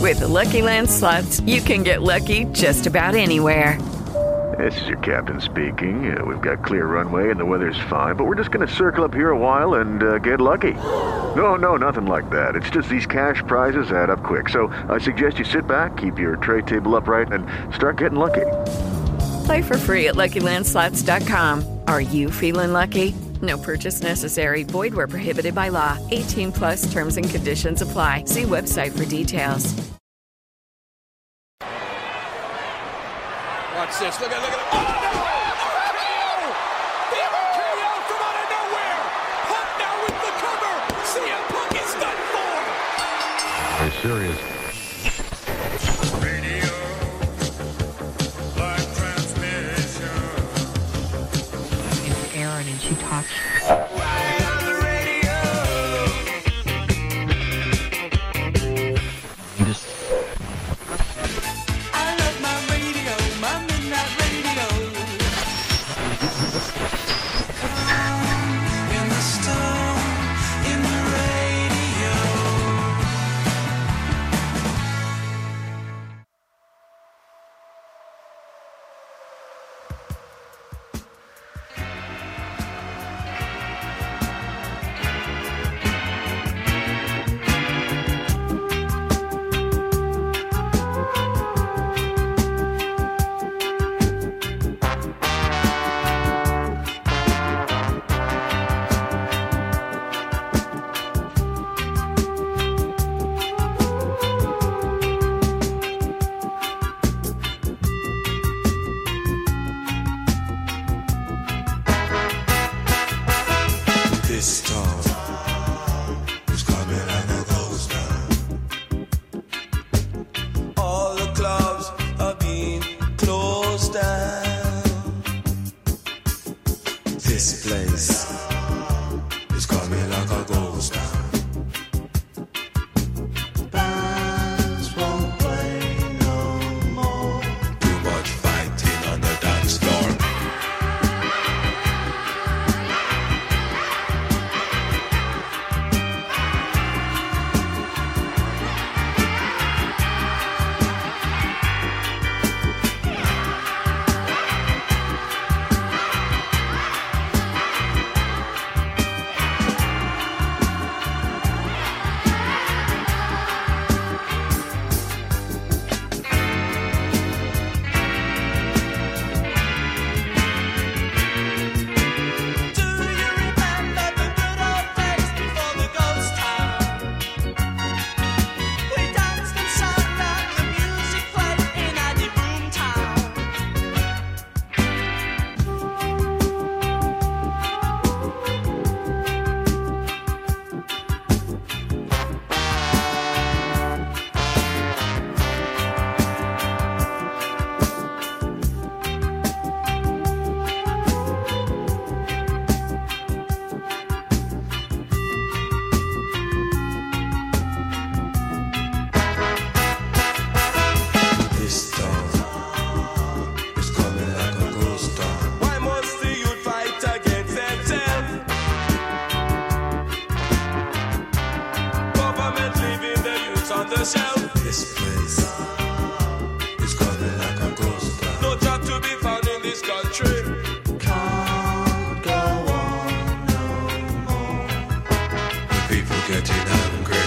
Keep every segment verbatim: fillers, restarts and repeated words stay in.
With the Lucky Land Slots, you can get lucky just about anywhere. This is your captain speaking. Uh, we've got clear runway and the weather's fine, but we're just going to circle up here a while and uh, get lucky. No, no, nothing like that. It's just these cash prizes add up quick. So I suggest you sit back, keep your tray table upright, and start getting lucky. Play for free at Lucky Land Slots dot com. Are you feeling lucky? No purchase necessary. Void where prohibited by law. eighteen plus terms and conditions apply. See website for details. Watch this. Look at look at it. Oh, no! Oh, the K O from out of nowhere. Punk now with the cover. C M Punk is done for. Very serious. Radio, live transmission. It's Erin and she talks. Right on the radio. Just I love my radio, my midnight radio. In the storm, in the radio. This storm is coming like a ghost town. All the clubs are being closed down. This place is coming like a ghost town. Bands won't play no more. Too much fighting on the dance floor. Do you remember the good old days before the ghost town? We danced and sang and the music played in Addy Boom Town. This storm is coming like a ghost storm. Why must the youth fight against themselves? Government leaving the youth on the shelf. This place is coming like a ghost town. No job to be found in this country. Can't go on no more. The people getting angry.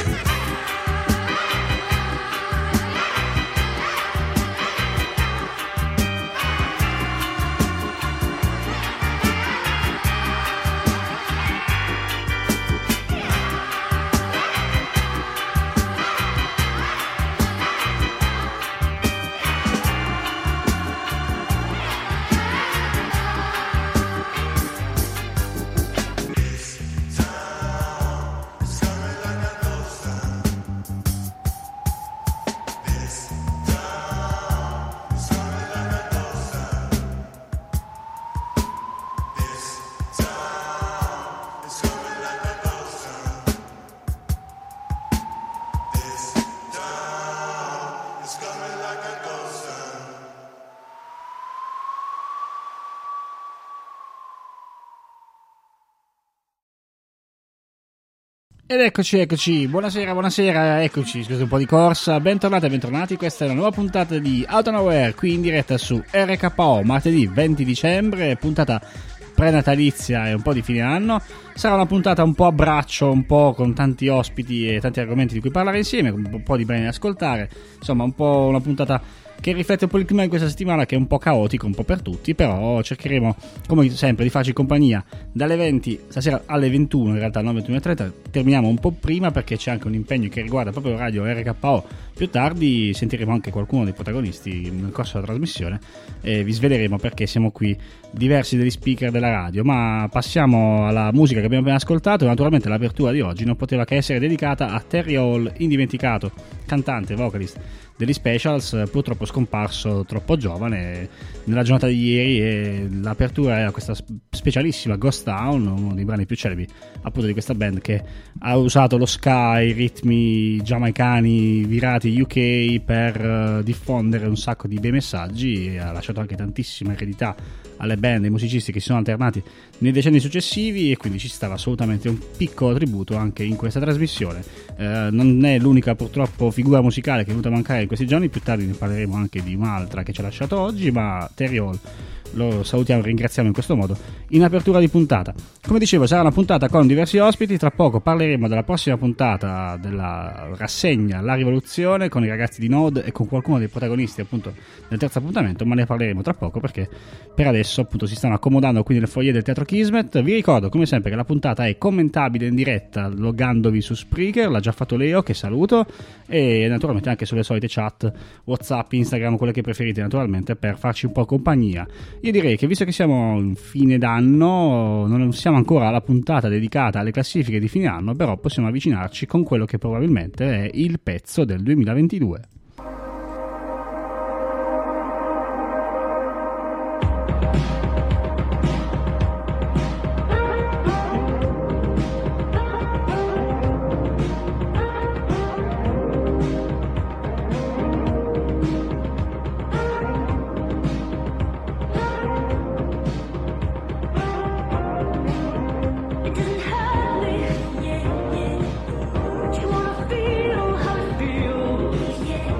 Ed eccoci, eccoci, buonasera, buonasera, eccoci, scusate un po' di corsa, bentornati e bentornati, questa è una nuova puntata di Out of Nowhere, qui in diretta su R K O, martedì venti dicembre, puntata prenatalizia e un po' di fine anno. Sarà una puntata un po' a braccio, un po' con tanti ospiti e tanti argomenti di cui parlare insieme, con un po' di bene da ascoltare, insomma un po' una puntata che riflette un po' il clima di questa settimana, che è un po' caotico, un po' per tutti, però cercheremo come sempre di farci compagnia dalle venti stasera alle ventuno, in realtà alle ventuno e trenta, terminiamo un po' prima perché c'è anche un impegno che riguarda proprio Radio R K O. Più tardi sentiremo anche qualcuno dei protagonisti nel corso della trasmissione e vi sveleremo perché siamo qui diversi degli speaker della radio. Ma passiamo alla musica che abbiamo appena ascoltato. Naturalmente l'apertura di oggi non poteva che essere dedicata a Terry Hall, indimenticato cantante, vocalist degli Specials, purtroppo scomparso troppo giovane nella giornata di ieri, e l'apertura era questa specialissima Ghost Town, uno dei brani più celebri appunto di questa band che ha usato lo ska, i ritmi giamaicani virati U K per uh, diffondere un sacco di bei messaggi, e ha lasciato anche tantissima eredità alle band e ai musicisti che si sono alternati nei decenni successivi, e quindi ci stava assolutamente un piccolo tributo anche in questa trasmissione. Eh, non è l'unica purtroppo figura musicale che è venuta a mancare in questi giorni, più tardi ne parleremo anche di un'altra che ci ha lasciato oggi, ma Terry Hall lo salutiamo e ringraziamo in questo modo in apertura di puntata. Come dicevo, sarà una puntata con diversi ospiti. Tra poco parleremo della prossima puntata della rassegna La Rivoluzione con i ragazzi di Node e con qualcuno dei protagonisti appunto del terzo appuntamento, ma ne parleremo tra poco perché per adesso appunto si stanno accomodando qui nel foyer del Teatro Kismet. Vi ricordo come sempre che la puntata è commentabile in diretta loggandovi su Spreaker, l'ha già fatto Leo, che saluto, e naturalmente anche sulle solite chat WhatsApp, Instagram, quelle che preferite naturalmente, per farci un po' compagnia. Io direi che visto che siamo in fine d'anno, non siamo ancora alla puntata dedicata alle classifiche di fine anno, però possiamo avvicinarci con quello che probabilmente è il pezzo del duemilaventidue. Yeah, yeah. Do you wanna feel how it feels? Yeah.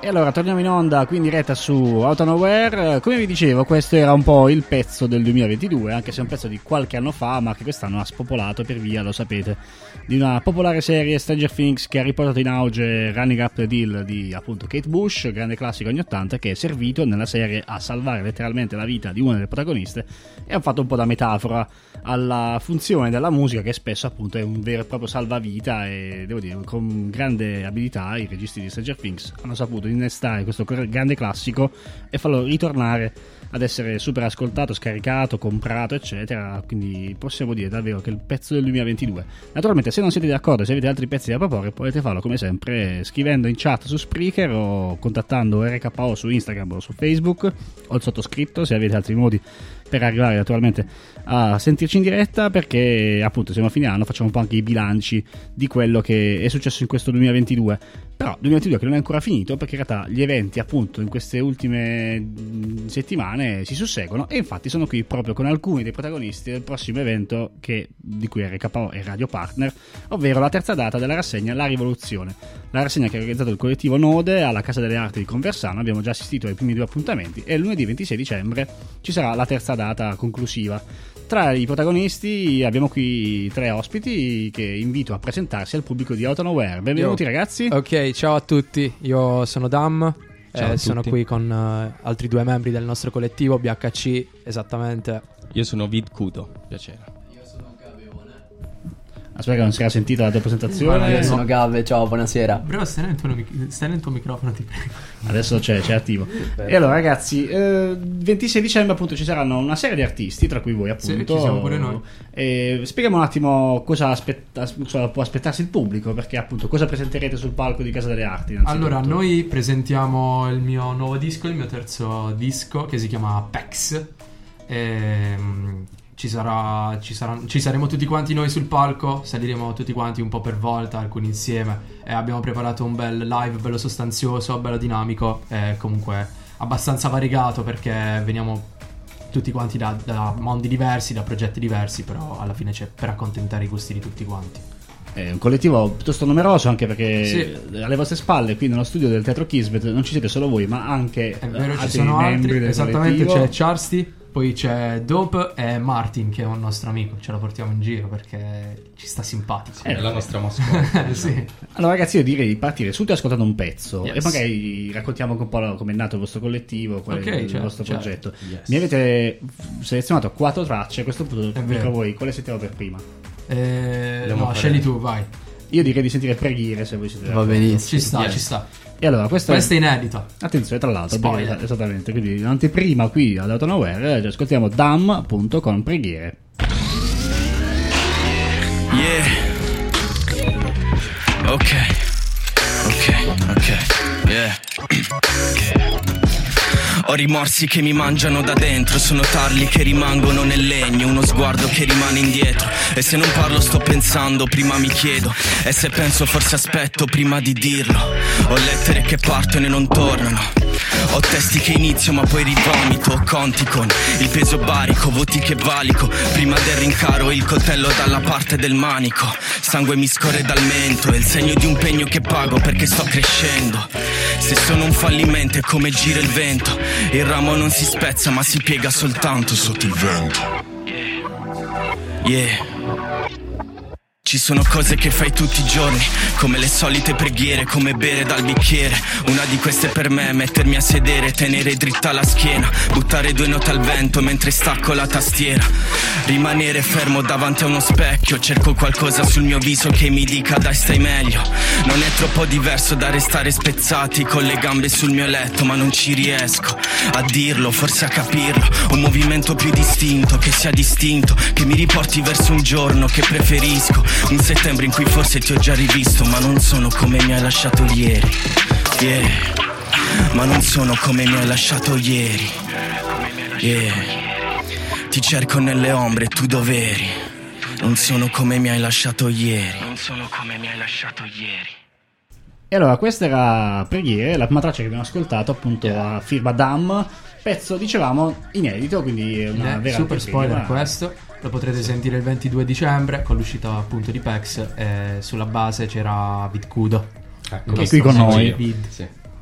E allora torniamo in onda qui in diretta su Out of Nowhere. Come vi dicevo, questo era un po' il pezzo del duemilaventidue, anche se è un pezzo di qualche anno fa, ma che quest'anno ha spopolato per via, lo sapete, di una popolare serie Stranger Things che ha riportato in auge Running Up the Deal di appunto Kate Bush, grande classico anni ottanta, che è servito nella serie a salvare letteralmente la vita di una delle protagoniste e ha fatto un po' da metafora alla funzione della musica, che spesso appunto è un vero e proprio salvavita, e devo dire con grande abilità i registi di Stranger Things hanno saputo innestare questo grande classico e farlo ritornare ad essere super ascoltato, scaricato, comprato eccetera, quindi possiamo dire davvero che è il pezzo del duemilaventidue. Naturalmente se non siete d'accordo, se avete altri pezzi da proporre, potete farlo come sempre scrivendo in chat su Spreaker o contattando R K O su Instagram o su Facebook o il sottoscritto, se avete altri modi per arrivare naturalmente a sentirci in diretta, perché appunto siamo a fine anno, facciamo un po' anche i bilanci di quello che è successo in questo duemilaventidue. Però duemilaventidue che non è ancora finito, perché in realtà gli eventi appunto in queste ultime settimane si susseguono, e infatti sono qui proprio con alcuni dei protagonisti del prossimo evento che, di cui R K O è radio partner, ovvero la terza data della rassegna La Rivoluzione, la rassegna che ha organizzato il collettivo Node alla Casa delle Arti di Conversano. Abbiamo già assistito ai primi due appuntamenti e lunedì ventisei dicembre ci sarà la terza data conclusiva. Tra i protagonisti abbiamo qui tre ospiti che invito a presentarsi al pubblico di Out of Nowhere. Benvenuti Yo. ragazzi. Ok, ciao a tutti, io sono Dam, ciao eh, sono qui con uh, altri due membri del nostro collettivo, B H C esattamente. Io sono Vid Kudo, piacere. Aspetta che non si era sentita la tua presentazione. Ma io sono Gave, ciao, buonasera. Bravo, stai nel tuo, stai nel tuo microfono, ti prego. Adesso c'è, c'è attivo. E allora ragazzi, eh, ventisei dicembre appunto ci saranno una serie di artisti, tra cui voi appunto. Sì, ci siamo pure noi. E spieghiamo un attimo cosa, aspetta, cosa può aspettarsi il pubblico, perché appunto cosa presenterete sul palco di Casa delle Arti. Allora, noi presentiamo il mio nuovo disco, il mio terzo disco, che si chiama Pex. Ehm... Ci, sarà, ci, sarà, ci saremo tutti quanti noi sul palco, saliremo tutti quanti un po' per volta, alcuni insieme, e abbiamo preparato un bel live bello sostanzioso, bello dinamico e comunque abbastanza variegato, perché veniamo tutti quanti da, da mondi diversi, da progetti diversi, però alla fine c'è per accontentare i gusti di tutti quanti. È un collettivo piuttosto numeroso, anche perché sì. alle vostre spalle qui nello studio del Teatro Kismet non ci siete solo voi, ma anche è vero, altri ci sono membri altri, del esattamente, collettivo. c'è Charsti, poi c'è Dope e Martin, che è un nostro amico, ce lo portiamo in giro perché ci sta simpatico. È la nostra mascotte. Sì. Allora ragazzi, io direi di partire subito ascoltando un pezzo, Yes. e magari raccontiamo anche un po' come è nato il vostro collettivo, qual Ok, è il certo, vostro certo. progetto. Yes. Mi avete selezionato quattro tracce, a questo punto È dico vero. a voi quale sentiamo per prima. Eh, Vogliamo no, fare- scegli tu, vai. Io direi di sentire Preghiere, se voi siete Va d'accordo. benissimo. Ci sta, Yes. ci sta. E allora questa, Questa è inedita. attenzione, tra l'altro, Spoiler. perché- esattamente, quindi l'anteprima qui ad Out of Nowhere, eh, ascoltiamo Dam appunto con Preghiere. Yeah. Ok. Ok, ok. Yeah. Ho rimorsi che mi mangiano da dentro, sono tarli che rimangono nel legno, uno sguardo che rimane indietro. E se non parlo sto pensando, prima mi chiedo, e se penso forse aspetto prima di dirlo. Ho lettere che partono e non tornano, ho testi che inizio ma poi rivomito, ho conti con il peso barico, voti che valico, prima del rincaro e il coltello dalla parte del manico. Sangue mi scorre dal mento, è il segno di un pegno che pago perché sto crescendo. Se sono un fallimento è come gira il vento, il ramo non si spezza ma si piega soltanto sotto il vento. Yeah. Ci sono cose che fai tutti i giorni, come le solite preghiere, come bere dal bicchiere. Una di queste per me è mettermi a sedere, tenere dritta la schiena, buttare due note al vento mentre stacco la tastiera. Rimanere fermo davanti a uno specchio, cerco qualcosa sul mio viso che mi dica dai stai meglio. Non è troppo diverso da restare spezzati con le gambe sul mio letto, ma non ci riesco a dirlo, forse a capirlo. Un movimento più distinto, che sia distinto, che mi riporti verso un giorno che preferisco. Un settembre in cui forse ti ho già rivisto, ma non sono come mi hai lasciato ieri. Yeah. Ma non sono come mi hai lasciato ieri. Yeah. Ti cerco nelle ombre, tu dov'eri? Non sono come mi hai lasciato ieri. Non sono come mi hai lasciato ieri. E allora questa era Preghiere, la prima traccia che abbiamo ascoltato appunto a firma Dam, pezzo dicevamo inedito, quindi una Eh, vera super anteprima. spoiler questo. Lo potrete sentire il ventidue dicembre con l'uscita appunto di Pex, e sulla base c'era Vid Kudo. Ecco, Che è qui con noi. Vid. Sì.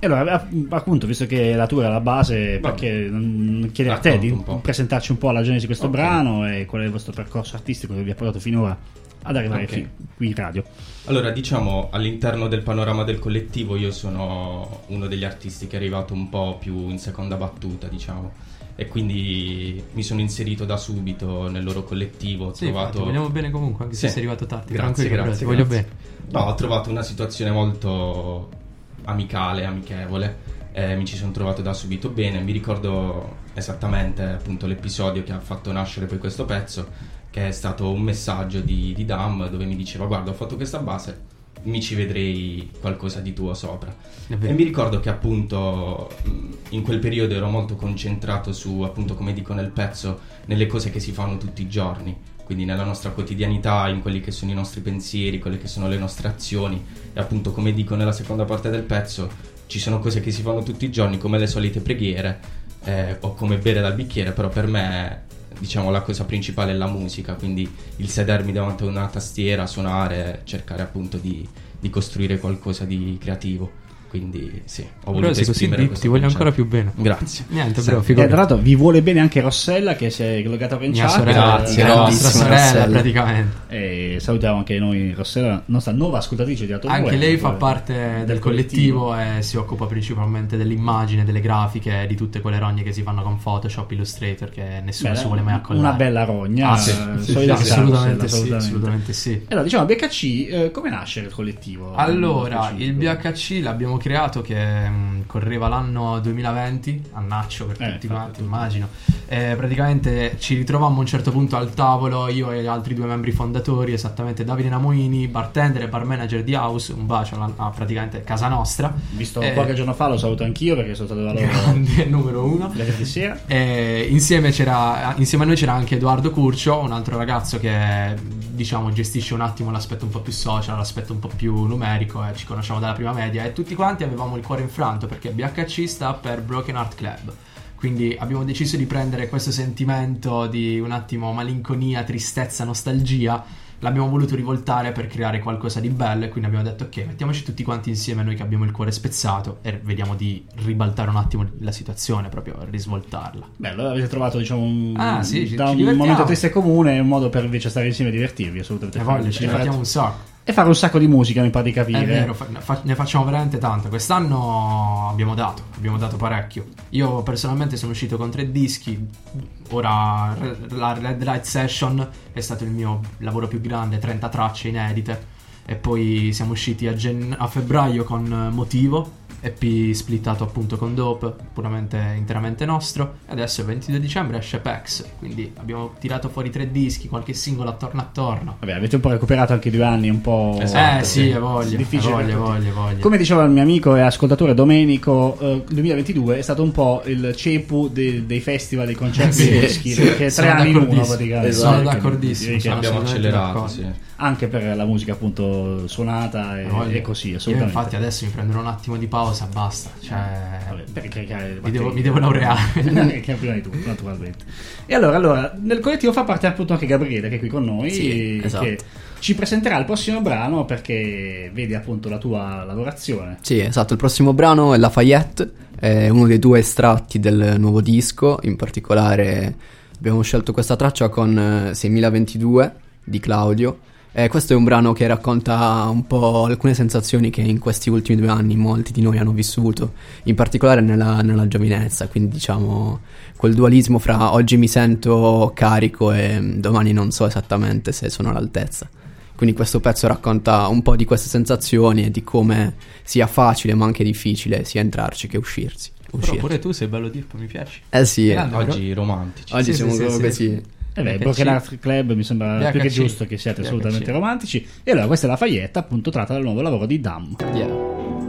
E allora, appunto, visto che la tua è la base, perché non chiedere a te di presentarci un po' la genesi di questo okay. brano e qual è il vostro percorso artistico che vi ha portato finora ad arrivare okay. fi- qui in radio. Allora, diciamo, all'interno del panorama del collettivo io sono uno degli artisti che è arrivato un po' più in seconda battuta, diciamo, e quindi mi sono inserito da subito nel loro collettivo. Ho sì, trovato... infatti, vogliamo bene comunque, anche se sì. sei arrivato tardi. Grazie, grazie, grazie, voglio bene. No, ho trovato una situazione molto amicale, amichevole, eh, mi ci sono trovato da subito bene. Mi ricordo esattamente appunto l'episodio che ha fatto nascere poi questo pezzo, che è stato un messaggio di, di Dam dove mi diceva: guarda, ho fatto questa base, mi ci vedrei qualcosa di tuo sopra. E mi ricordo che appunto in quel periodo ero molto concentrato su, appunto, come dico nel pezzo, nelle cose che si fanno tutti i giorni, quindi nella nostra quotidianità, in quelli che sono i nostri pensieri, quelle che sono le nostre azioni. E appunto, come dico nella seconda parte del pezzo, ci sono cose che si fanno tutti i giorni, come le solite preghiere, eh, o come bere dal bicchiere, però per me, diciamo, la cosa principale è la musica, quindi il sedermi davanti a una tastiera, suonare, cercare appunto di, di costruire qualcosa di creativo. Quindi sì, ho voluto esprimere questo. Ti voglio ancora più bene. Grazie. Niente, bro, eh, tra l'altro vi vuole bene anche Rossella, che si è loggata in chat. Sorella, grazie, la nostra sorella, Rossella, praticamente. E salutiamo anche noi Rossella, nostra nuova ascoltatrice di Autonomia. Anche lei fa parte del, del collettivo, collettivo e si occupa principalmente dell'immagine, delle grafiche, di tutte quelle rogne che si fanno con Photoshop, Illustrator, che nessuno Beh, si vuole mai accollare. Una bella rogna. Ah, sì. Sì, sì, assolutamente, sì, assolutamente. assolutamente sì. E allora, diciamo, B H C, eh, come nasce il collettivo? Allora, il B H C l'abbiamo creato che correva l'anno duemilaventi, annaccio per eh, tutti quanti, immagino. E praticamente ci ritrovammo a un certo punto al tavolo, io e gli altri due membri fondatori, esattamente Davide Namoini, bartender e bar manager di House, un bacio a, a praticamente casa nostra. Visto e... qualche giorno fa, lo saluto anch'io perché sono stato da loro grande numero uno. E insieme, c'era, insieme a noi c'era anche Edoardo Curcio, un altro ragazzo che, diciamo, gestisce un attimo l'aspetto un po' più social, l'aspetto un po' più numerico, e ci conosciamo dalla prima media, e tutti quanti avevamo il cuore infranto perché B H C sta per Broken Heart Club. Quindi abbiamo deciso di prendere questo sentimento di un attimo malinconia, tristezza, nostalgia, l'abbiamo voluto rivoltare per creare qualcosa di bello, e quindi abbiamo detto ok, mettiamoci tutti quanti insieme, noi che abbiamo il cuore spezzato, e vediamo di ribaltare un attimo la situazione, proprio risvoltarla. Beh, allora avete trovato, diciamo, un, ah, sì, ci, da ci un momento triste comune un modo per invece stare insieme e divertirvi, assolutamente. E voglio, ci divertiamo un sacco. E fare un sacco di musica, mi pare di capire. È vero, fa- ne facciamo veramente tanta. Quest'anno abbiamo dato, abbiamo dato parecchio. Io personalmente sono uscito con tre dischi. Ora la Red Light Session è stato il mio lavoro più grande, trenta tracce inedite. E poi siamo usciti a, gen- a febbraio con Motivo, E P splittato appunto con Dope, puramente interamente nostro. E adesso il ventidue dicembre esce Pex, quindi abbiamo tirato fuori tre dischi, qualche singolo attorno attorno. Vabbè, avete un po' recuperato anche due anni, un po'... Esatto, eh sì, è voglia, difficile, voglia, voglia, voglia. Come diceva il mio amico e ascoltatore Domenico, eh, duemilaventidue è stato un po' il cepu de- dei festival, dei concerti sì, dei dischi, sì, perché tre anni in uno praticamente. Esatto. Sono d'accordissimo, sono abbiamo accelerato, sì. Anche per la musica appunto suonata e, e così, assolutamente. Io infatti adesso mi prenderò un attimo di pausa, basta, cioè Vabbè, perché, che, mi, devo, mi devo laureare. Che prima di tutto, naturalmente. E allora, allora, nel collettivo fa parte appunto anche Gabriele, che è qui con noi, sì, esatto. che ci presenterà il prossimo brano, perché vedi appunto la tua lavorazione. Sì, esatto, il prossimo brano è Lafayette, è uno dei due estratti del nuovo disco. In particolare abbiamo scelto questa traccia con seimilaventidue di Claudio. Eh, questo è un brano che racconta un po' alcune sensazioni che in questi ultimi due anni molti di noi hanno vissuto, in particolare nella, nella giovinezza, quindi diciamo quel dualismo fra oggi mi sento carico e domani non so esattamente se sono all'altezza. Quindi questo pezzo racconta un po' di queste sensazioni e di come sia facile ma anche difficile sia entrarci che uscirsi. Però pure tu sei bello dirpo, mi piaci. Eh sì, Grande, oggi però... romantici. Oggi sì, siamo sì, proprio sì, così. Eh beh, Broken Heart Club mi sembra B H C. più che giusto che siate B H C. assolutamente romantici. E allora questa è la Lafayette, appunto tratta dal nuovo lavoro di Dam. Yeah.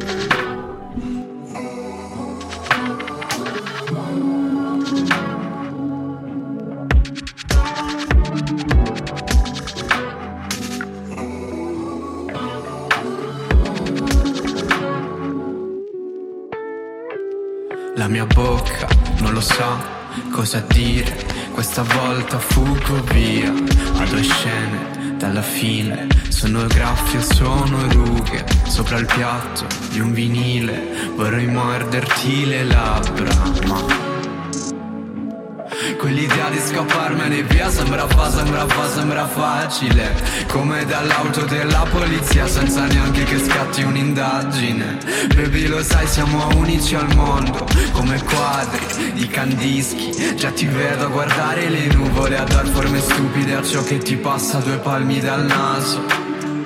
La mia bocca non lo sa cosa dire, questa volta fuggo via a due scene niente alla fine. Sono graffie, sono rughe sopra il piatto di un vinile. Vorrei morderti le labbra, ma quell'idea di scapparmene via sembra fa, sembra fa, sembra facile. Come dall'auto della polizia senza neanche che scatti un'indagine. Baby lo sai siamo unici al mondo, come quadri di Kandinsky. Già ti vedo a guardare le nuvole, a dar forme stupide a ciò che ti passa a due palmi dal naso.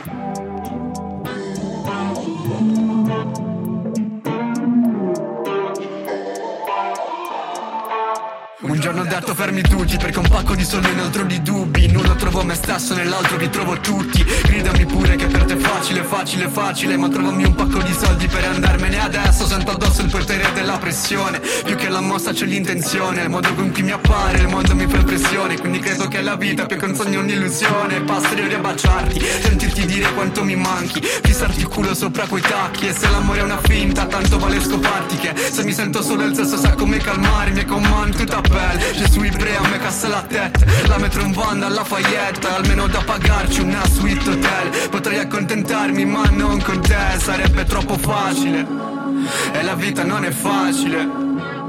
Un giorno ho detto fermi tutti perché un pacco di soldi in altro di dubbi. In uno trovo me stesso, nell'altro ritrovo tutti. Gridami pure che per te è facile, facile, facile. Ma trovami un pacco di soldi per andarmene adesso. Sento addosso il potere della pressione. Più che la mossa c'è l'intenzione. Il modo con cui mi appare, il mondo mi fa impressione. Quindi credo che la vita più che un sogno è un'illusione. Passare a baciarti, sentirti dire quanto mi manchi. Fissarti il culo sopra quei tacchi. E se l'amore è una finta, tanto vale scoparti che se mi sento solo il sesso sa come calmarmi. E con man tutta bella je suis prêt a me casser la tête. La metro in van alla Lafayette, almeno da pagarci una suite hotel. Potrei accontentarmi ma non con te, sarebbe troppo facile. E la vita non è facile.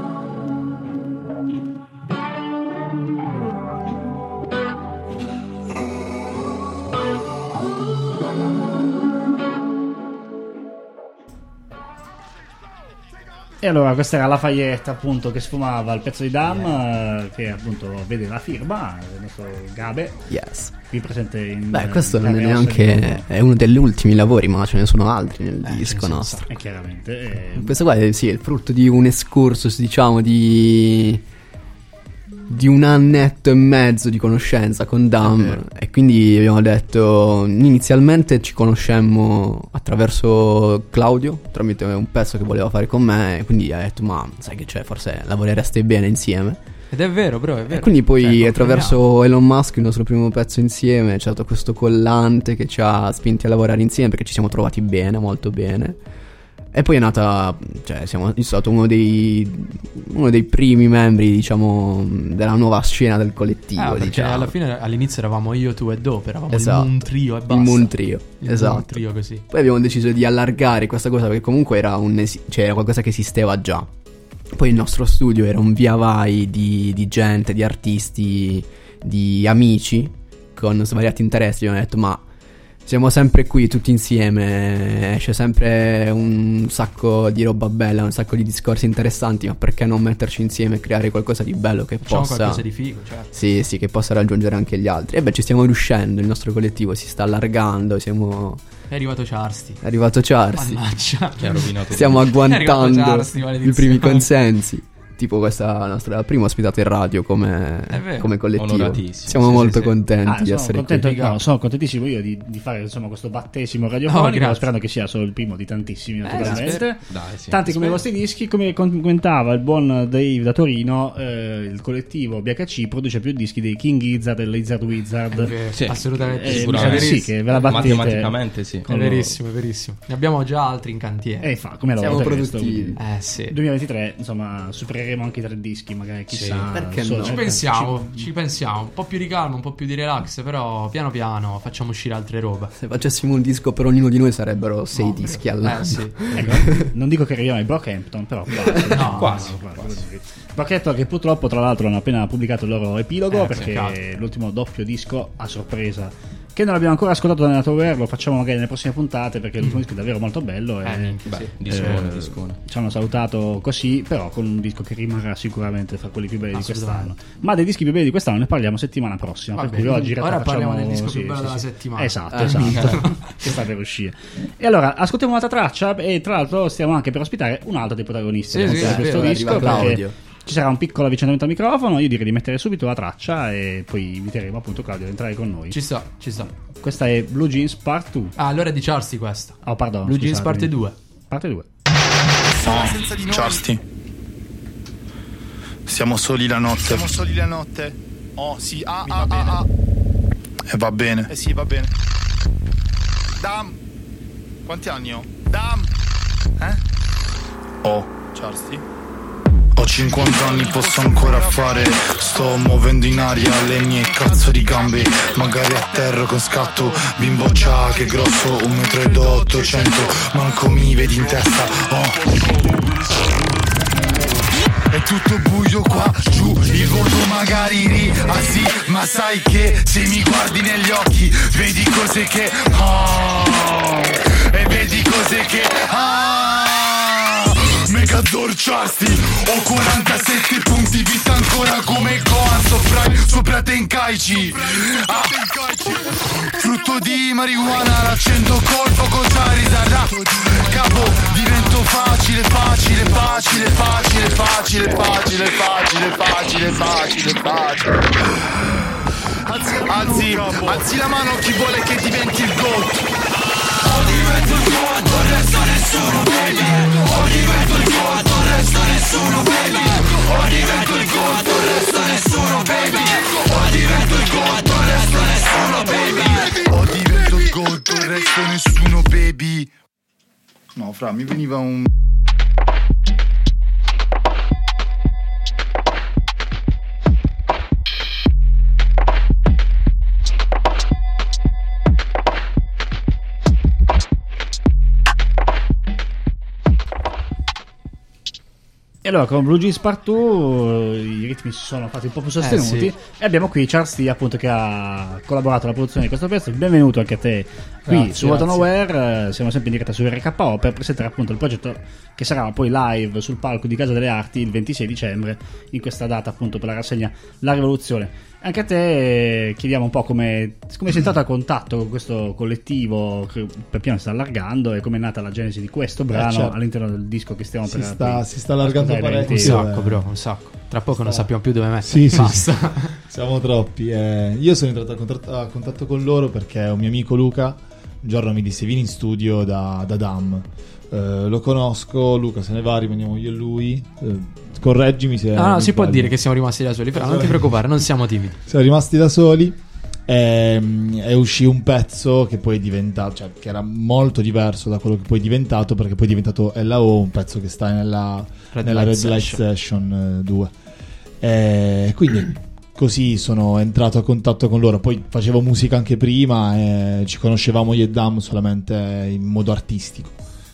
E allora questa era Lafayette, appunto, che sfumava il pezzo di Dam, yeah. eh, che appunto vede la firma del nostro Gabe. Yes. Qui presente in Beh, questo non è neanche è uno degli ultimi lavori, ma ce ne sono altri nel eh, disco nostro. E chiaramente eh, questo qua è, sì, è il frutto di un excursus, diciamo, di di un annetto e mezzo di conoscenza con Dam, e quindi abbiamo detto, inizialmente ci conoscemmo attraverso Claudio, tramite un pezzo che voleva fare con me, e quindi ha detto ma sai che c'è, forse lavorereste bene insieme. Ed è vero, bro, è vero. E quindi poi cioè, attraverso Elon Musk, il nostro primo pezzo insieme, c'è stato questo collante che ci ha spinti a lavorare insieme perché ci siamo trovati bene, molto bene. E poi è nata, cioè siamo, io sono stato uno dei uno dei primi membri, diciamo, della nuova scena del collettivo, ah, perché diciamo. alla fine all'inizio eravamo io, tu e Dope, eravamo Esatto. il Moon Trio e basta. Il Moon Trio, il esatto. Moon Trio così. Poi abbiamo deciso di allargare questa cosa perché comunque era un esi- cioè era qualcosa che esisteva già. Poi il nostro studio era un via vai di, di gente, di artisti, di amici con svariati interessi. Abbiamo detto ma siamo sempre qui tutti insieme, esce sempre un sacco di roba bella, un sacco di discorsi interessanti, ma perché non metterci insieme e creare qualcosa di bello che Facciamo possa qualcosa di figo, certo. Sì, sì, che possa raggiungere anche gli altri. E beh, ci stiamo riuscendo, il nostro collettivo si sta allargando, siamo È arrivato Charsti. È arrivato Charsti. Mannaggia. Che ha rovinato Stiamo tutto. agguantando Charsti, i primi consensi. Tipo questa nostra prima ospitata in radio come, come collettivo. Onoratissimo. Siamo sì, molto sì, sì. contenti ah, di sono essere contento, qui. no, sono contentissimo io di, di fare insomma questo battesimo radiofonico, Oh, sperando che sia solo il primo di tantissimi naturalmente. Eh, Dai, sì. Tanti come i vostri dischi. Come commentava il buon Dave da Torino, eh, il collettivo B H C produce più dischi dei King Gizzard e Lizard Wizard. Eh, Sì, assolutamente Eh, sì. mi sa di sì, che ve la battete matematicamente sì. È con loro. verissimo, è verissimo. Ne abbiamo già altri in cantiere. E fa come Siamo lavoro produttivi. Eh sì. duemilaventitré, insomma, supereremo anche i tre dischi, magari chissà. perché solo- no? Ci pensiamo, ci pensiamo. Un po' più di calma, un po' più di relax. Però piano piano facciamo uscire altre robe. Se facessimo un disco per ognuno di noi sarebbero sei No, dischi Eh all'anno. sì. Ecco, non dico che arriviamo ai Brockhampton, però quasi. No, quasi, quasi. Brockhampton che purtroppo tra l'altro hanno appena pubblicato il loro epilogo, Eh, perché peccato. l'ultimo doppio disco a sorpresa che non abbiamo ancora ascoltato da Netaware, lo facciamo magari nelle prossime puntate perché l'ultimo disco è davvero molto bello Eh, e minchia, Beh, sì. discone, Eh, discone. ci hanno salutato così, però con un disco che rimarrà sicuramente fra quelli più belli di quest'anno. Assolutamente. Ma dei dischi più belli di quest'anno ne parliamo settimana prossima. Va per bene. cui oggi in realtà Ora parliamo facciamo- del disco sì, più bello sì, della sì. settimana. Esatto, Eh, esatto. Che sta per uscire. E allora ascoltiamo un'altra traccia e tra l'altro stiamo anche per ospitare un altro dei protagonisti Sì, di sì, è questo vero, disco, arriva perché Claudio. ci sarà un piccolo avvicinamento al microfono. Io direi di mettere subito la traccia e poi inviteremo appunto Claudio ad entrare con noi. Ci sta, ci sta. Questa è Blue Jeans Part due. Ah, allora è di Charsti questa. Oh, pardon. Blue Jeans scusatemi. parte due. Parte due. No, Charsti. Siamo soli la notte. Siamo soli la notte. Oh, sì, ah, ah, ah, ah. E va bene. Eh sì, va bene. Dam. Quanti anni ho? Dam. Eh? Oh, Charsti? ho cinquanta anni, posso ancora fare. Sto muovendo in aria le mie cazzo di gambe, magari a terra con scatto. Bimboccia che grosso, un metro ed ottocento, manco mi vedi in testa, oh. È tutto buio qua giù, il volto magari rialzi, ma sai che se mi guardi negli occhi vedi cose che ah, e vedi cose che ah, mega dorciasti. Ho quarantasette punti vista ancora come Gohan sopra, sopra Tenkaichi, ah, frutto di marijuana, l'accendo col fuoco Charizard, capo divento facile, facile, facile, facile, facile, facile, facile, facile, facile, facile. Alzi, alzi la mano chi vuole che diventi il GOAT. O divento il GOAT, non resta nessuno, baby. O divento il GOAT, non resta nessuno, baby. O divento il GOAT, non resta nessuno, baby. O divento il GOAT, non resta nessuno, baby. O divento il GOAT, non resta nessuno, baby. No, fra, mi veniva un... E allora con Blue Jeans Part due i ritmi si sono fatti un po' più sostenuti, eh, sì. E abbiamo qui Charles T, appunto, che ha collaborato alla produzione di questo pezzo. Benvenuto anche a te qui Grazie, su Auto Nowhere. Siamo sempre in diretta su R K O per presentare appunto il progetto che sarà poi live sul palco di Casa delle Arti il ventisei dicembre, in questa data appunto per la rassegna La Rivoluzione. Anche a te chiediamo un po' come, come sei entrato a contatto con questo collettivo che per piano si sta allargando e come è nata la genesi di questo brano, eh, certo. all'interno del disco che stiamo si per sta, poi si sta allargando parecchio. Un sacco, bro, un sacco. Tra poco non sappiamo più dove mettere. Sì, sì, basta. sì. Siamo troppi. Eh. Io sono entrato a contatto, a contatto con loro perché un mio amico Luca un giorno mi disse: vieni in studio da, da Dam. Eh, lo conosco, Luca se ne va, rimaniamo io e lui. Eh, correggimi se No, no, mi si può sbaglio. dire che siamo rimasti da soli, però non ti preoccupare, non siamo timidi. Siamo rimasti da soli. E, e uscì un pezzo che poi è diventato, cioè che era molto diverso da quello che poi è diventato, perché poi è diventato L O, un pezzo che sta nella Red nella Light Red Light Session. Session eh, due. E quindi così sono entrato a contatto con loro. Poi facevo musica anche prima e ci conoscevamo io e Dam solamente in modo artistico.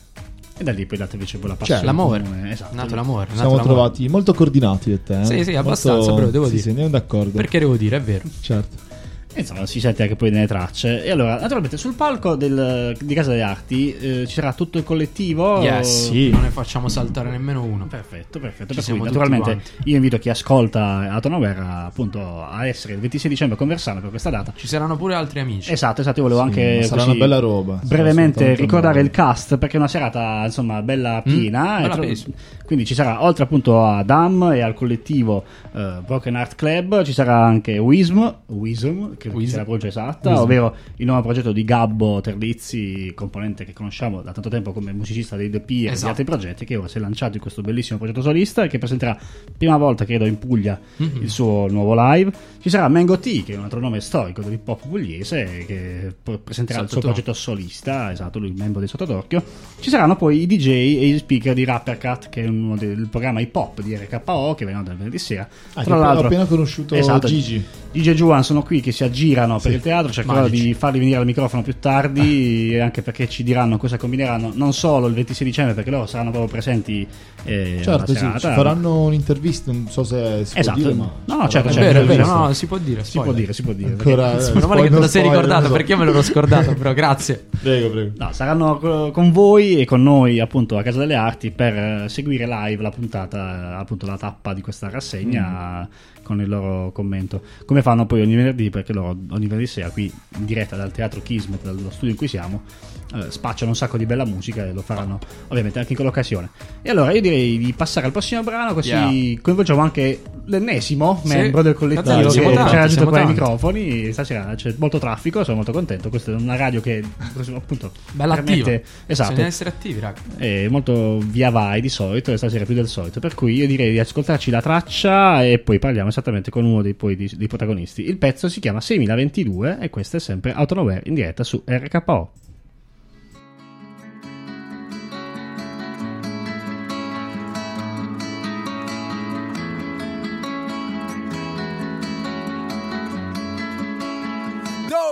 E da lì poi date invece poi la passione. Certo. L'amore, comune, esatto. nato l'amore. Ci siamo trovati molto coordinati io e te. Eh? Sì, sì, abbastanza, molto... però devo sì, dire. Sì, andiamo d'accordo. Perché devo dire, è vero. Certo. E insomma si sente anche poi nelle tracce. E allora naturalmente sul palco del, di Casa delle Arti eh, ci sarà tutto il collettivo. Yes, Sì. non ne facciamo saltare nemmeno uno. Perfetto, perfetto. Ci Per siamo cui, tutti naturalmente quanti. io invito chi ascolta Auto Nowhere a, appunto a essere il ventisei dicembre a Conversano per questa data. Ci saranno pure altri amici. Esatto, esatto, io volevo Sì, anche sarà così una bella roba. Sarà brevemente assolutamente ricordare una il cast, perché è una serata insomma bella piena. Mm, e bella tro- pesa. quindi ci sarà, oltre appunto a Dam e al collettivo eh, Broken Art Club, ci sarà anche Wism, Wism che Wism. è la pronuncia esatta, Wism. ovvero il nuovo progetto di Gabbo Terlizzi, componente che conosciamo da tanto tempo come musicista dei The P e di Esatto. altri progetti, che ora si è lanciato in questo bellissimo progetto solista e che presenterà prima volta credo in Puglia Mhm. il suo nuovo live. Ci sarà Mango T, che è un altro nome storico dell'hip hop pugliese, che pro- presenterà il suo Sottotorchio. progetto solista, esatto, lui membro di Sottotorchio. Ci saranno poi i D J e gli speaker di Rappercat, che è uno del programma hip hop di R K O, che vengono dal venerdì sera. Ah, che ho appena conosciuto esatto, Gigi. D J Juan sono qui che si aggirano per Sì. il teatro, cercherò Magici. di farli venire al microfono più tardi, e anche perché ci diranno cosa combineranno, non solo il ventisei dicembre, perché loro saranno proprio presenti eh, Certo, alla sì, serata. ci faranno un'intervista, non so se si Esatto. può dire, ma No, no, certo, È certo, vero, è vero, certo. no, si può dire. Si può dire, si può dire. Ancora, perché- eh, Meno male che te lo sei spoiler, ricordato, non so. perché io me l'ero scordato, però grazie. Prego, prego. No, saranno co- con voi e con noi appunto a Casa delle Arti per eh, seguire live la puntata, appunto la tappa di questa rassegna con il loro commento, come fanno poi ogni venerdì, perché loro ogni venerdì sera qui in diretta dal Teatro Kismet, dallo studio in cui siamo, eh, spacciano un sacco di bella musica e lo faranno ovviamente anche in quell'occasione. E allora io direi di passare al prossimo brano, così Yeah. coinvolgiamo anche l'ennesimo Sì. membro del collettivo Dai, siamo che tanti, ci ha raggiunto siamo qua ai tanti. microfoni. Stasera c'è molto traffico, sono molto contento. Questa è una radio che appunto Bella permette- attiva. esatto, Bisogna essere attivi, raga. è molto via vai di solito e stasera più del solito, per cui io direi di ascoltarci la traccia e poi parliamo esattamente con uno dei, poi, di- dei protagonisti. Il pezzo si chiama seimilaventidue e questo è sempre Auto Nowhere in diretta su R K O.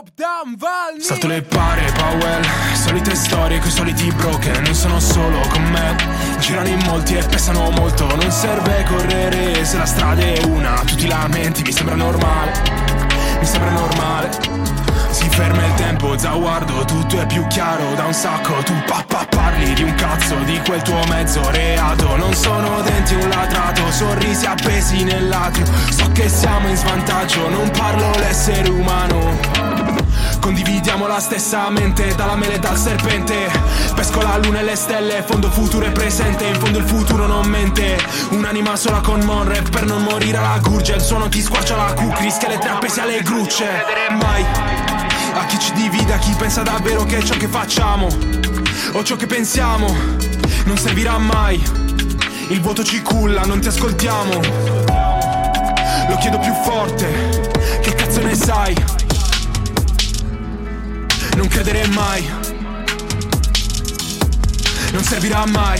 Dope, Dam, Valni. Stato le pare, Powell, solite storie coi soliti broken. Non sono solo con me, girano in molti e pesano molto. Non serve correre se la strada è una. Tu ti lamenti, mi sembra normale, mi sembra normale. Si ferma il tempo, zaguardo, tutto è più chiaro da un sacco. Tu papà parli di un cazzo, di quel tuo mezzo reato. Non sono denti un latrato, sorrisi appesi nell'atrio. So che siamo in svantaggio, non parlo l'essere umano. Condividiamo la stessa mente, dalla mele e dal serpente. Pesco la luna e le stelle, fondo futuro e presente. In fondo il futuro non mente. Un'anima sola con Monrep per non morire alla gurgia. Il suono ti squarcia la cucri, scheletri appesi alle grucce. Mai a chi ci divide, a chi pensa davvero che ciò che facciamo o ciò che pensiamo non servirà mai. Il vuoto ci culla, non ti ascoltiamo. Lo chiedo più forte, che cazzo ne sai? Non credere mai, non servirà mai.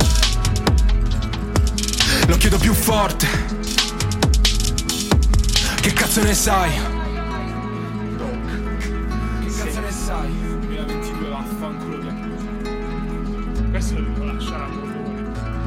Lo chiedo più forte, che cazzo ne sai? Che cazzo ne sai? duemilaventidue vaffanculo di accuse. Questo lo devo lasciare a Mormoni.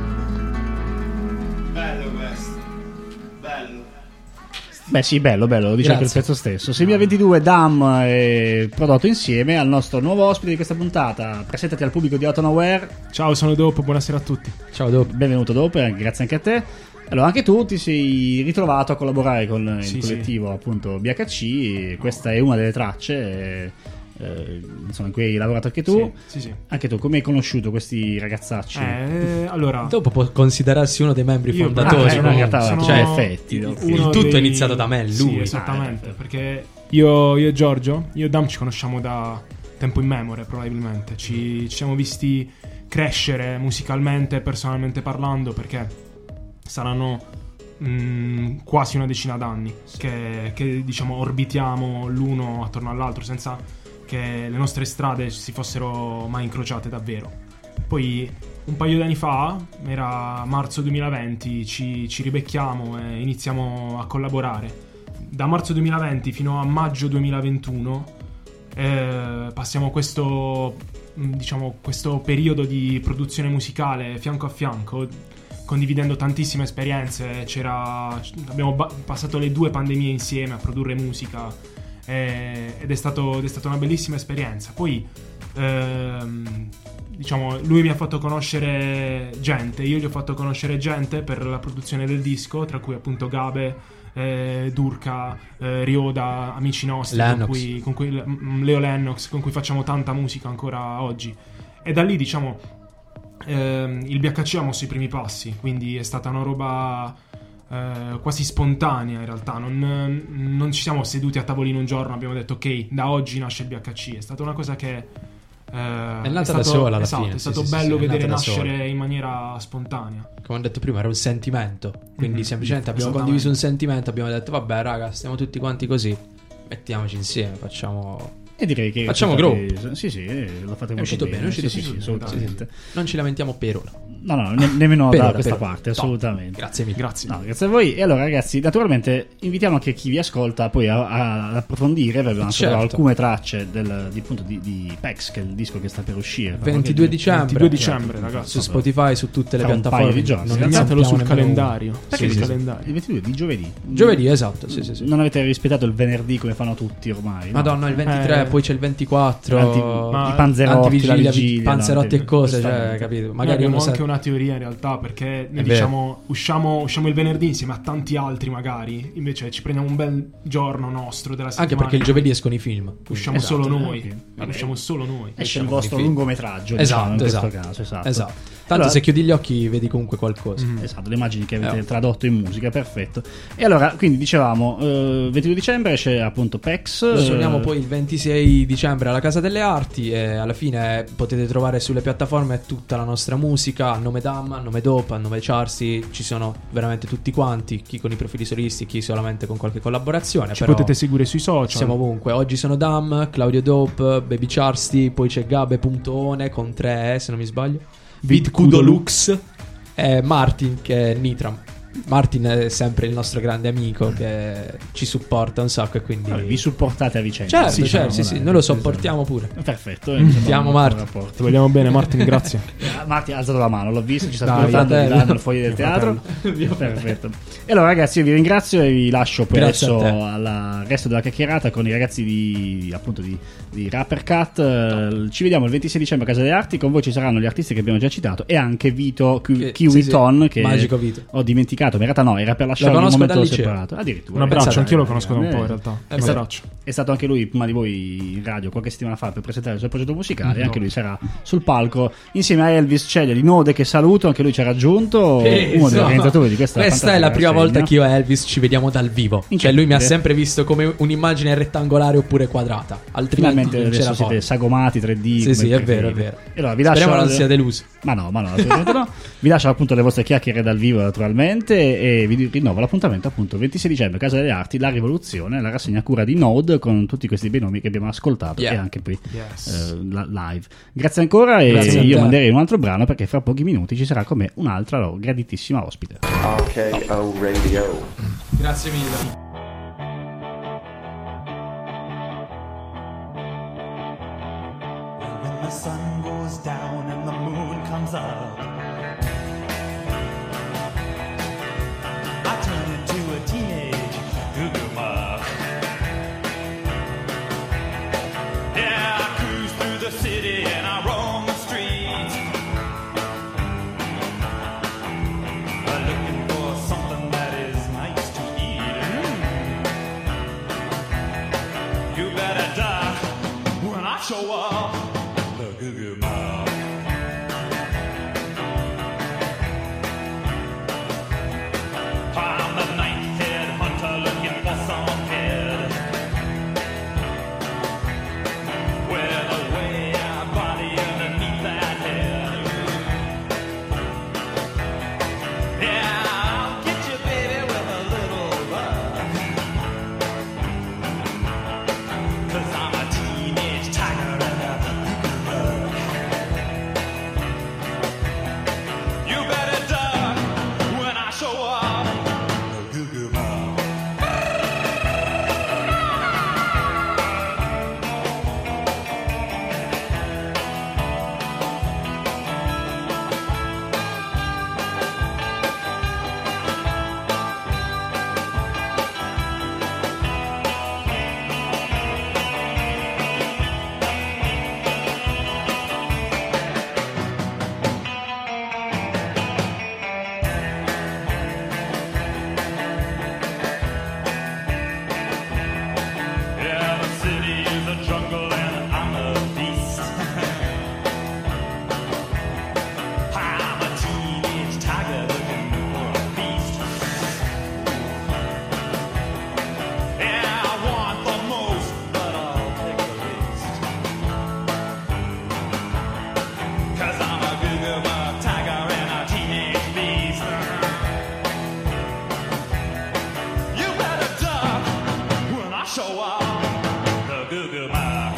Bello questo, bello. Beh sì, bello, bello, lo dice anche il pezzo stesso. duemilaventidue Dam è prodotto insieme al nostro nuovo ospite di questa puntata. Presentati al pubblico di Autonoware. Ciao, sono Dope, buonasera a tutti. Ciao Dope. Benvenuto Dope, grazie anche a te. Allora, anche tu ti sei ritrovato a collaborare con sì, il collettivo sì. appunto B H C e questa è una delle tracce eh, insomma, in cui hai lavorato anche tu. Sì, sì, sì. Anche tu, come hai conosciuto questi ragazzacci? Eh, allora, dopo può considerarsi uno dei membri io, fondatori, ah, sono, no? realtà, sono cioè effetti. Il, il tutto dei... è iniziato da me, lui. Sì, esattamente, ah, perché io, io e Giorgio, io e Dam ci conosciamo da tempo immemore, probabilmente. Ci, ci siamo visti crescere musicalmente, personalmente parlando, perché saranno mh, quasi una decina d'anni che, che diciamo orbitiamo l'uno attorno all'altro senza che le nostre strade si fossero mai incrociate davvero. Poi un paio di anni fa, era marzo duemilaventi, ci, ci ribecchiamo e iniziamo a collaborare. Da marzo duemilaventi fino a maggio duemilaventuno eh, passiamo questo, diciamo, questo periodo di produzione musicale fianco a fianco, condividendo tantissime esperienze. C'era, abbiamo ba- passato le due pandemie insieme a produrre musica. Eh, ed è stato ed è stata una bellissima esperienza. Poi ehm, diciamo lui mi ha fatto conoscere gente, io gli ho fatto conoscere gente per la produzione del disco, tra cui appunto Gabe, eh, Durka, eh, Rioda, amici nostri con cui, con cui Leo Lennox, con cui facciamo tanta musica ancora oggi. E da lì diciamo ehm, il B H C ha mosso i primi passi, quindi è stata una roba Eh, quasi spontanea in realtà. Non, non ci siamo seduti a tavolino un giorno, abbiamo detto ok, da oggi nasce il B H C. È stata una cosa che eh, è nata è stato, da sola alla esatto, fine. è stato sì, bello sì, sì, vedere è nascere in maniera spontanea. Come ho detto prima, era un sentimento. Quindi Mm-hmm. semplicemente abbiamo condiviso un sentimento, abbiamo detto vabbè raga, stiamo tutti quanti così, mettiamoci insieme, facciamo... E direi che facciamo gruppo. Sì, sì, lo fate molto è uscito bene, bene. è uscito sì, bene. sì, assolutamente. Non ci lamentiamo per ora. No, no, ne- nemmeno Per da ora, questa per ora. parte, No. assolutamente. Grazie mille. Grazie. No, grazie a voi. E allora, ragazzi, naturalmente invitiamo anche chi vi ascolta poi a, a- ad approfondire. Abbiamo Certo. alcune tracce del, di, appunto, di, di Pex, che è il disco che sta per uscire. ventidue dicembre, ventidue dicembre, ragazzi. su Spotify, su tutte le Fra un piattaforme. paio di giorni. Non Segnatelo sul sappiamo nemmeno- calendario. Perché Sul sì, sì. calendario. Il ventidue di giovedì. Giovedì, esatto. Sì, sì, sì. Non avete rispettato il venerdì come fanno tutti ormai. no? Madonna, il ventitré, Eh. poi c'è il ventiquattro. Anti- Ma- i panzerotti, antivigilia, la vigilia, panzerotti no, e cose, cioè, giustamente. capito? Noi Magari abbiamo uno sa- anche una teoria in realtà, perché noi È diciamo usciamo, usciamo il venerdì insieme a tanti altri magari, invece ci prendiamo un bel giorno nostro della settimana. Anche perché il giovedì escono i film. usciamo Esatto, solo eh, noi. ok. Vabbè, usciamo solo noi. Esce il Usciamo vostro con i film. lungometraggio, Esatto, diciamo, in questo esatto. caso. Esatto. Esatto. Tanto Allora- se chiudi gli occhi vedi comunque qualcosa. Mm. Esatto, le immagini che avete Eh. tradotto in musica, perfetto. E allora, quindi dicevamo, eh, ventidue dicembre esce appunto Pex. Lo suoniamo eh, poi il ventisei dicembre alla Casa delle Arti e alla fine potete trovare sulle piattaforme tutta la nostra musica, a nome Dam, a nome Dope, a nome Charsi, ci sono veramente tutti quanti, chi con i profili solisti, chi solamente con qualche collaborazione. Ci però potete seguire sui social. siamo ovunque. Oggi sono Dam, Claudio Dope, Baby Charsi, poi c'è Gabe.one con tre E se non mi sbaglio, Vid Kudolux e Martin che è Nitram. Martin è sempre il nostro grande amico che ci supporta un sacco e quindi Vabbè, vi supportate a vicenda. certo, Sì, certo, sì, dai, sì, noi lo sopportiamo pure. Perfetto. Ti amo Martin. Ti vogliamo bene Martin, grazie. Martin ha alzato la mano, l'ho visto, ci sta Dai, ascoltando fratello. là nel foyer del teatro. Perfetto. E allora ragazzi, io vi ringrazio e vi lascio poi Grazie adesso a te. al resto della chiacchierata con i ragazzi di appunto di, di Rapper Cat. Eh, Ci vediamo il ventisei dicembre a Casa delle Arti. Con voi ci saranno gli artisti che abbiamo già citato e anche Vito Ki- Che- Kiwi sì, sì. Ton che Magico Vito. ho dimenticato, ma in realtà no, era per lasciare un conosco momento dal liceo. separato. Addirittura. Un abbraccio, Pensate, anch'io lo eh, conosco da un eh, po' in realtà. È Un stato, abbraccio. è stato anche lui prima di voi in radio qualche settimana fa per presentare il suo progetto musicale. No. Anche lui sarà sul palco insieme a Elvis Ceglia di Node, che saluto, anche lui ci ha raggiunto, uno dei organizzatori di questa Questa è la prima volta che io e Elvis ci vediamo dal vivo. Cioè lui mi ha sempre visto come un'immagine rettangolare oppure quadrata. Altrimenti Finalmente non adesso c'era siete poi. sagomati tre D. Sì, come sì, è preferite. vero, è vero. E allora vi lascio Speriamo non sia deluso. Ma no, ma no, assolutamente no. Vi lascio appunto le vostre chiacchiere dal vivo naturalmente e vi rinnovo l'appuntamento appunto ventisei dicembre Casa delle Arti, La Rivoluzione, la rassegna a cura di Node con tutti questi bei nomi che abbiamo ascoltato Yeah. e anche qui Yes. eh, la- live. Grazie ancora e Grazie a io te. manderei un altro brano perché fra pochi minuti ci sarà con me un'altra loro graditissima ospite. R K O Radio. Grazie mille. When the sun goes down and the moon comes up, I turn into a teenage goo-goo muff. Yeah, I cruise through the city and I roam the streets, uh, looking for something that is nice to eat. Mm. You better die when I show up. The Goo-Goo Mob. I'm the night-head hunter looking for some head with a way-out body underneath that head. Yeah, I'll get you, baby, with a little love, 'cause I'm a teenage tiger and a goo-goo bug. You better duck when I show up. The Goo-Goo Mob. Yeah, the city is a jungle and I'm a beast. I'm a teenage tiger looking for a feast. Yeah, I want the most, but I'll take the least. 'Cause I'm a goo-goo bug tiger and a teenage beast. You better duck when I show up. The Goo-Goo Mob.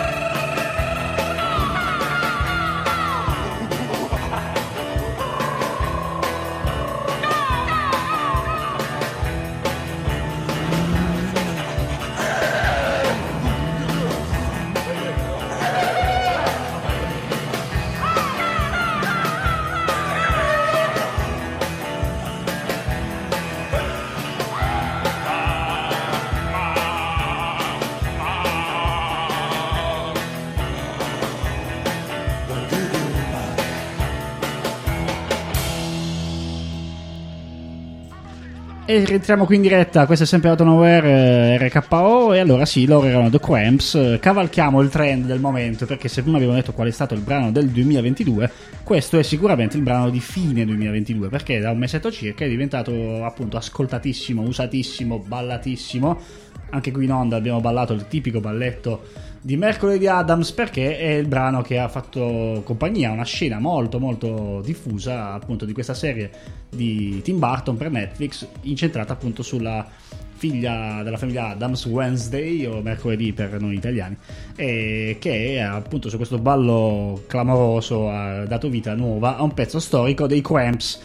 E rientriamo qui in diretta, questo è sempre Autonoware eh, R K O e allora sì, loro erano The Cramps, eh, cavalchiamo il trend del momento perché se prima abbiamo detto qual è stato il brano del duemilaventidue, questo è sicuramente il brano di fine duemilaventidue perché da un mesetto circa è diventato appunto ascoltatissimo, usatissimo, ballatissimo. Anche qui in onda abbiamo ballato il tipico balletto di Mercoledì Addams perché è il brano che ha fatto compagnia a una scena molto molto diffusa appunto di questa serie di Tim Burton per Netflix incentrata appunto sulla figlia della famiglia Addams, Wednesday o mercoledì per noi italiani, e che appunto su questo ballo clamoroso ha dato vita nuova a un pezzo storico dei Cramps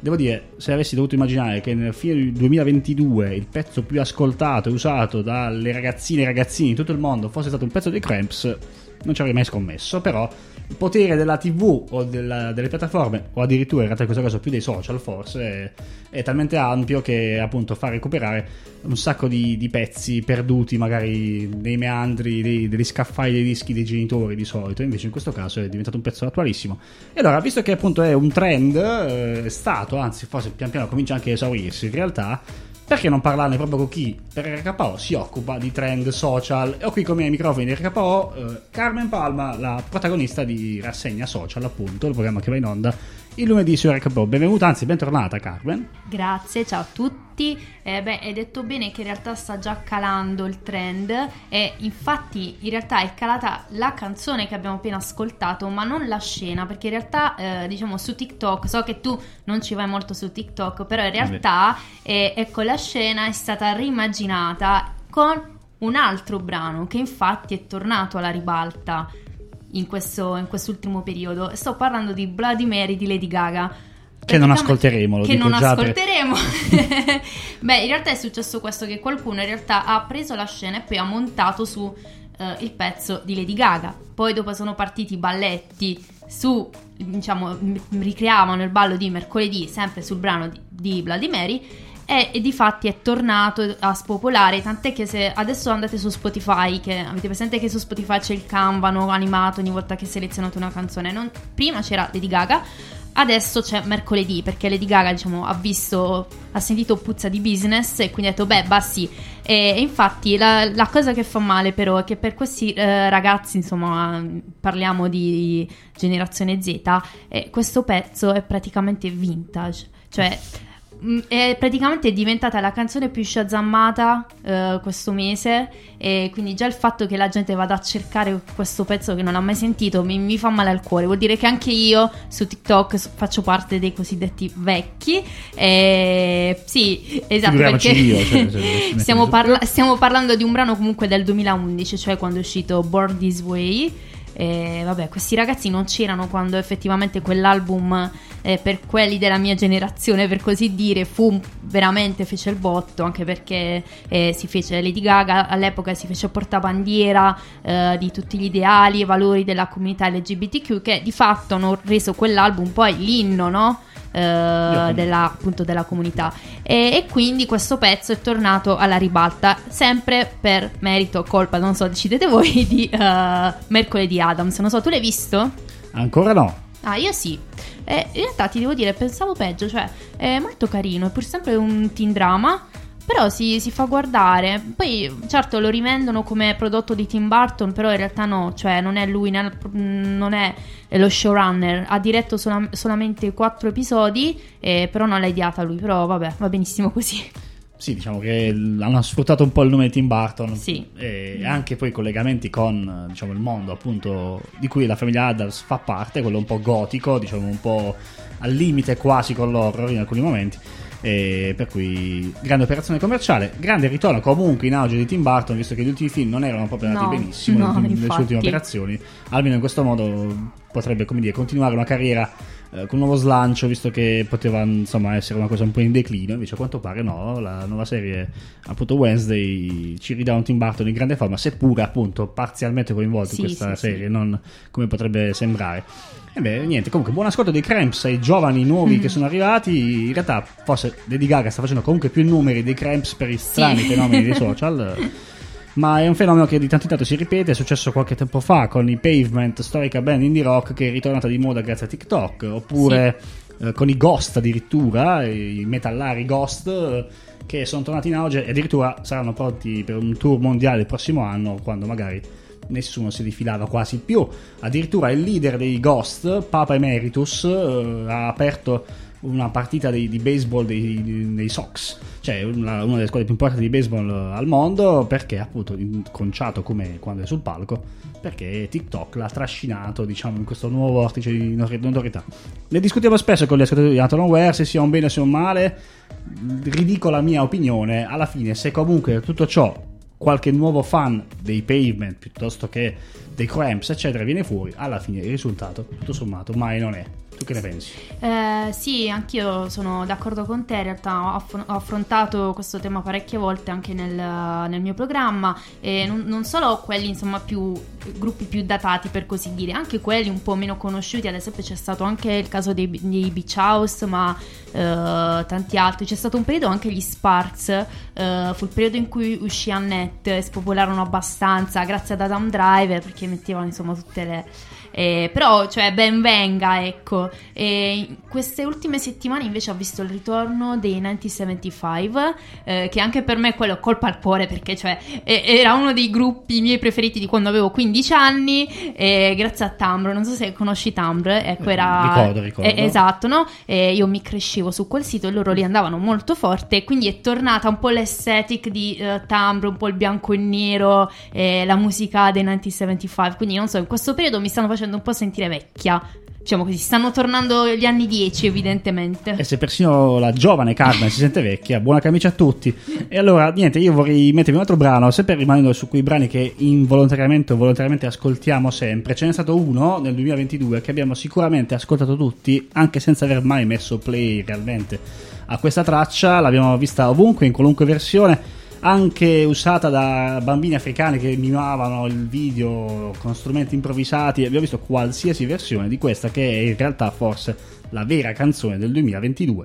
devo dire, se avessi dovuto immaginare che nel fine del duemilaventidue il pezzo più ascoltato e usato dalle ragazzine e ragazzini in tutto il mondo fosse stato un pezzo dei Cramps, non ci avrei mai scommesso. Però il potere della tivù o della, delle piattaforme, o addirittura in realtà in questo caso più dei social forse, è, è talmente ampio che appunto fa recuperare un sacco di, di pezzi perduti magari nei meandri dei, degli scaffali dei dischi dei genitori di solito. Invece in questo caso è diventato un pezzo attualissimo. E allora, visto che appunto è un trend, eh, è stato, anzi forse pian piano comincia anche a esaurirsi in realtà, perché non parlarne proprio con chi per R K O si occupa di trend social? E ho qui con me ai microfoni di R K O eh, Carmen Palma, la protagonista di Rassegna Social, appunto, il programma che va in onda il lunedì su R K O. Benvenuta, anzi bentornata Carmen. Grazie, ciao a tutti. Eh, beh, hai detto bene che in realtà sta già calando il trend, e infatti in realtà è calata la canzone che abbiamo appena ascoltato, ma non la scena, perché in realtà eh, diciamo su TikTok, so che tu non ci vai molto su TikTok, però in realtà eh, ecco, la scena è stata rimaginata con un altro brano che infatti è tornato alla ribalta in questo in quest'ultimo periodo. Sto parlando di Bloody Mary di Lady Gaga, che non ascolteremo, lo che dico non già ascolteremo. Beh, in realtà è successo questo, che qualcuno in realtà ha preso la scena e poi ha montato su eh, il pezzo di Lady Gaga. Poi dopo sono partiti i balletti su, diciamo, ricreavano il ballo di mercoledì sempre sul brano di, di Bloody Mary. E, e di fatti è tornato a spopolare, tant'è che se adesso andate su Spotify, che avete presente che su Spotify c'è il canvano animato ogni volta che selezionate una canzone, non, prima c'era Lady Gaga, adesso c'è mercoledì, perché Lady Gaga, diciamo, ha visto, ha sentito puzza di business e quindi ha detto beh, bah sì. E, e infatti la, la cosa che fa male però è che per questi eh, ragazzi, insomma, parliamo di generazione Z, eh, questo pezzo è praticamente vintage, cioè è praticamente diventata la canzone più shazammata uh, questo mese, e quindi già il fatto che la gente vada a cercare questo pezzo che non ha mai sentito mi, mi fa male al cuore. Vuol dire che anche io su TikTok faccio parte dei cosiddetti vecchi, e sì, esatto, perché io, cioè, se stiamo, parla- stiamo parlando di un brano comunque del duemilaundici, cioè quando è uscito Born This Way. E vabbè, questi ragazzi non c'erano quando effettivamente quell'album, eh, per quelli della mia generazione, per così dire, fu veramente, fece il botto, anche perché eh, si fece Lady Gaga all'epoca, si fece portabandiera eh, di tutti gli ideali e valori della comunità L G B T Q, che di fatto hanno reso quell'album poi l'inno, no? Uh, della, appunto, della comunità, e, e quindi questo pezzo è tornato alla ribalta, sempre per merito, colpa, non so, decidete voi, di uh, Mercoledì Adams. Non so, tu l'hai visto? Ancora no. Ah, io sì. E in realtà ti devo dire, pensavo peggio, cioè è molto carino, è pur sempre un teen drama, però si, si fa guardare. Poi certo lo rivendono come prodotto di Tim Burton, però in realtà no, cioè non è lui, non è lo showrunner, ha diretto sola, solamente quattro episodi, eh, però non l'ha ideata lui, però vabbè, va benissimo così. Sì, diciamo che hanno sfruttato un po' il nome di Tim Burton, sì, e anche poi collegamenti con, diciamo, il mondo appunto di cui la famiglia Addams fa parte, quello un po' gotico, diciamo un po' al limite quasi con l'horror in alcuni momenti. E per cui grande operazione commerciale, grande ritorno comunque in auge di Tim Burton, visto che gli ultimi film non erano proprio andati no, benissimo no, nelle sue ultime operazioni. Almeno in questo modo potrebbe, come dire, continuare una carriera eh, con un nuovo slancio, visto che poteva, insomma, essere una cosa un po' in declino. Invece a quanto pare no, la nuova serie appunto Wednesday ci ridà un Tim Burton in grande forma, seppure appunto parzialmente coinvolto sì, in questa sì, serie, sì. non come potrebbe sembrare. E beh, niente, comunque buon ascolto dei Cramps ai giovani nuovi che sono arrivati. In realtà forse Lady Gaga sta facendo comunque più numeri dei Cramps per i strani sì. fenomeni dei social, ma è un fenomeno che di tanto in tanto si ripete. È successo qualche tempo fa con i Pavement, storica band indie rock che è ritornata di moda grazie a TikTok, oppure sì. eh, con i Ghost addirittura, i metallari Ghost, eh, che sono tornati in auge e addirittura saranno pronti per un tour mondiale il prossimo anno, quando magari nessuno si rifilava quasi più. Addirittura il leader dei Ghost, Papa Emeritus, eh, ha aperto una partita di, di baseball dei, dei Sox, cioè una, una delle squadre più importanti di baseball al mondo, perché appunto conciato come quando è sul palco, perché TikTok l'ha trascinato, diciamo, in questo nuovo vortice di notorietà. Ne discutiamo spesso con gli ascoltatori di Antonoware, se sia un bene o sia un male. Ridico la mia opinione, alla fine se comunque tutto ciò qualche nuovo fan dei Pavement piuttosto che dei Cramps eccetera viene fuori, alla fine il risultato tutto sommato mai non è Tu che ne pensi? Eh, sì, anch'io sono d'accordo con te. In realtà ho, aff- ho affrontato questo tema parecchie volte anche nel, nel mio programma, e non, non solo quelli insomma più gruppi più datati per così dire, anche quelli un po' meno conosciuti. Ad esempio c'è stato anche il caso dei, dei Beach House, ma eh, tanti altri. C'è stato un periodo anche gli Sparks, eh, fu il periodo in cui uscì Annette e spopolarono abbastanza grazie ad Adam Driver, perché mettevano insomma tutte le Eh, però cioè ben venga, ecco. E queste ultime settimane invece ho visto il ritorno dei millenovecentosettantacinque, eh, che anche per me quello colpa al cuore, perché cioè eh, era uno dei gruppi miei preferiti di quando avevo quindici anni, eh, grazie a Tumblr. Non so se conosci Tumblr, ecco, era ricordo, ricordo. Eh, esatto, no? Eh, io mi crescevo su quel sito e loro lì andavano molto forte, e quindi è tornata un po' l'estetic di uh, Tumblr, un po' il bianco e nero, eh, la musica dei millenovecentosettantacinque. Quindi non so, in questo periodo mi stanno facendo un po' sentire vecchia, diciamo così, stanno tornando gli anni dieci evidentemente. E se persino la giovane Carmen si sente vecchia, buona camicia a tutti. E allora niente, io vorrei mettermi un altro brano, sempre rimanendo su quei brani che involontariamente o volontariamente ascoltiamo sempre. Ce n'è stato uno nel duemilaventidue che abbiamo sicuramente ascoltato tutti, anche senza aver mai messo play realmente a questa traccia. L'abbiamo vista ovunque, in qualunque versione, anche usata da bambini africani che mimavano il video con strumenti improvvisati. Abbiamo visto qualsiasi versione di questa, che è in realtà forse la vera canzone del duemilaventidue.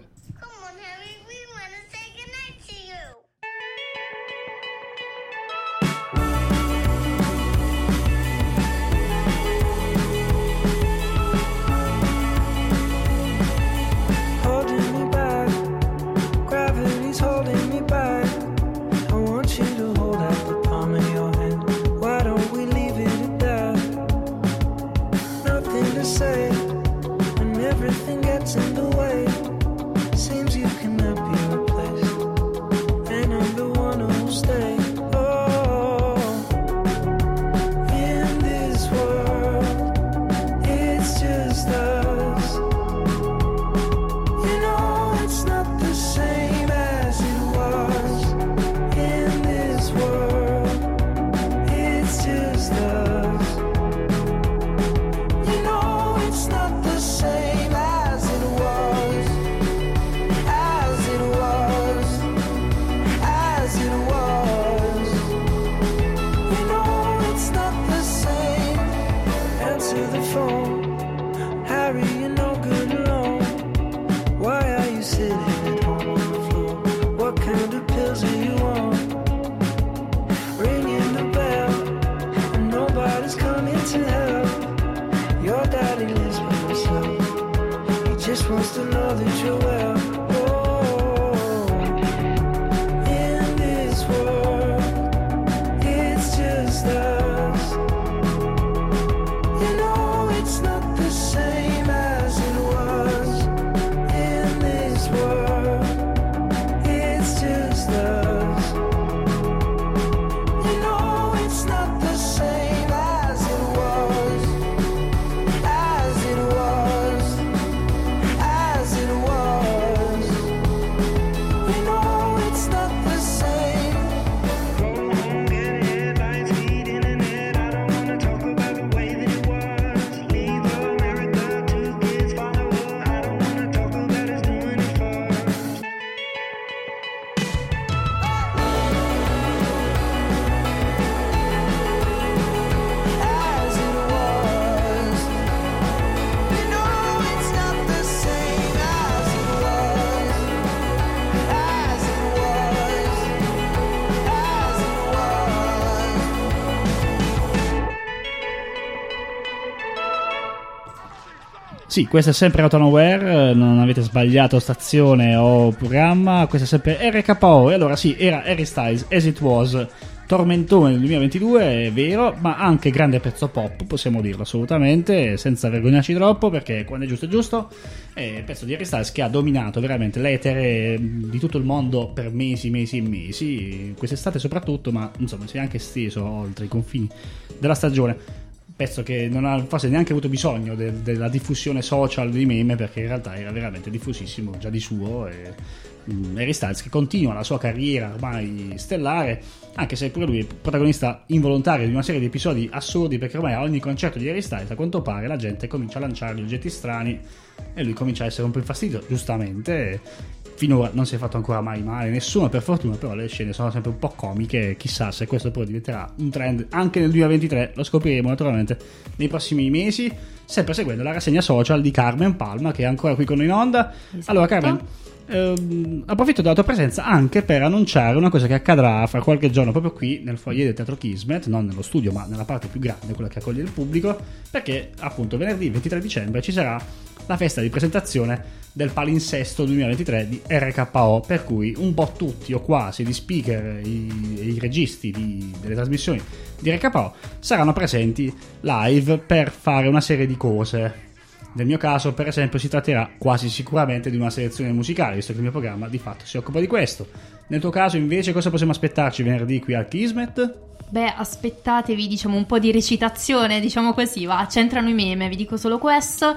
Sì, questo è sempre Autonoware, non avete sbagliato stazione o programma, questo è sempre R K O. E allora sì, era Harry Styles, As It Was, tormentone del duemilaventidue, è vero, ma anche grande pezzo pop, possiamo dirlo assolutamente, senza vergognarci troppo, perché quando è giusto è giusto. È il pezzo di Harry Styles che ha dominato veramente l'etere di tutto il mondo per mesi, mesi e mesi, quest'estate soprattutto, ma insomma si è anche esteso oltre i confini della stagione. pezzo che non ha forse neanche avuto bisogno del, della diffusione social di meme, perché in realtà era veramente diffusissimo già di suo. E mm, Harry Styles che continua la sua carriera ormai stellare, anche se pure lui è protagonista involontario di una serie di episodi assurdi, perché ormai a ogni concerto di Harry Styles a quanto pare la gente comincia a lanciargli oggetti strani e lui comincia a essere un po' infastidito, giustamente. Finora non si è fatto ancora mai male nessuno, per fortuna, però le scene sono sempre un po' comiche. Chissà se questo poi diventerà un trend anche nel duemilaventitré, lo scopriremo naturalmente nei prossimi mesi, sempre seguendo la rassegna social di Carmen Palma, che è ancora qui con noi in onda. Esatto. Allora Carmen, ehm, approfitto della tua presenza anche per annunciare una cosa che accadrà fra qualche giorno proprio qui nel foyer del Teatro Kismet, non nello studio ma nella parte più grande, quella che accoglie il pubblico, perché appunto venerdì ventitré dicembre ci sarà la festa di presentazione del palinsesto duemilaventitré di R K O, per cui un po' tutti o quasi gli speaker e i, i registi di, delle trasmissioni di R K O saranno presenti live per fare una serie di cose. Nel mio caso, per esempio, si tratterà quasi sicuramente di una selezione musicale, visto che il mio programma di fatto si occupa di questo. Nel tuo caso, invece, cosa possiamo aspettarci venerdì qui al Kismet? Beh, aspettatevi, diciamo, un po' di recitazione, diciamo così, va, c'entrano i meme, vi dico solo questo.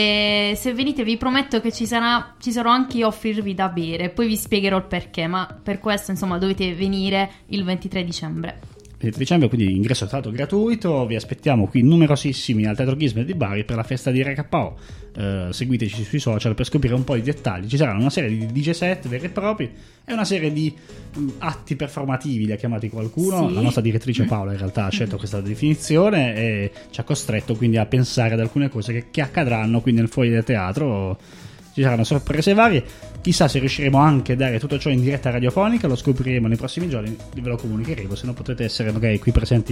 E se venite vi prometto che ci sarà, ci sarò anche io a offrirvi da bere, poi vi spiegherò il perché, ma per questo, insomma, dovete venire il ventitré dicembre. ventitré dicembre, quindi ingresso stato gratuito. Vi aspettiamo qui numerosissimi al Teatro Kismet di Bari per la festa di R K O. Eh, seguiteci sui social per scoprire un po' di dettagli. Ci saranno una serie di D J set veri e propri e una serie di mh, atti performativi, li ha chiamati qualcuno. Sì. La nostra direttrice Paola in realtà ha scelto questa definizione e ci ha costretto quindi a pensare ad alcune cose che, che accadranno qui nel foyer del teatro. Ci saranno sorprese varie, chissà se riusciremo anche a dare tutto ciò in diretta radiofonica, lo scopriremo nei prossimi giorni, ve lo comunicheremo, se no potrete essere magari qui presenti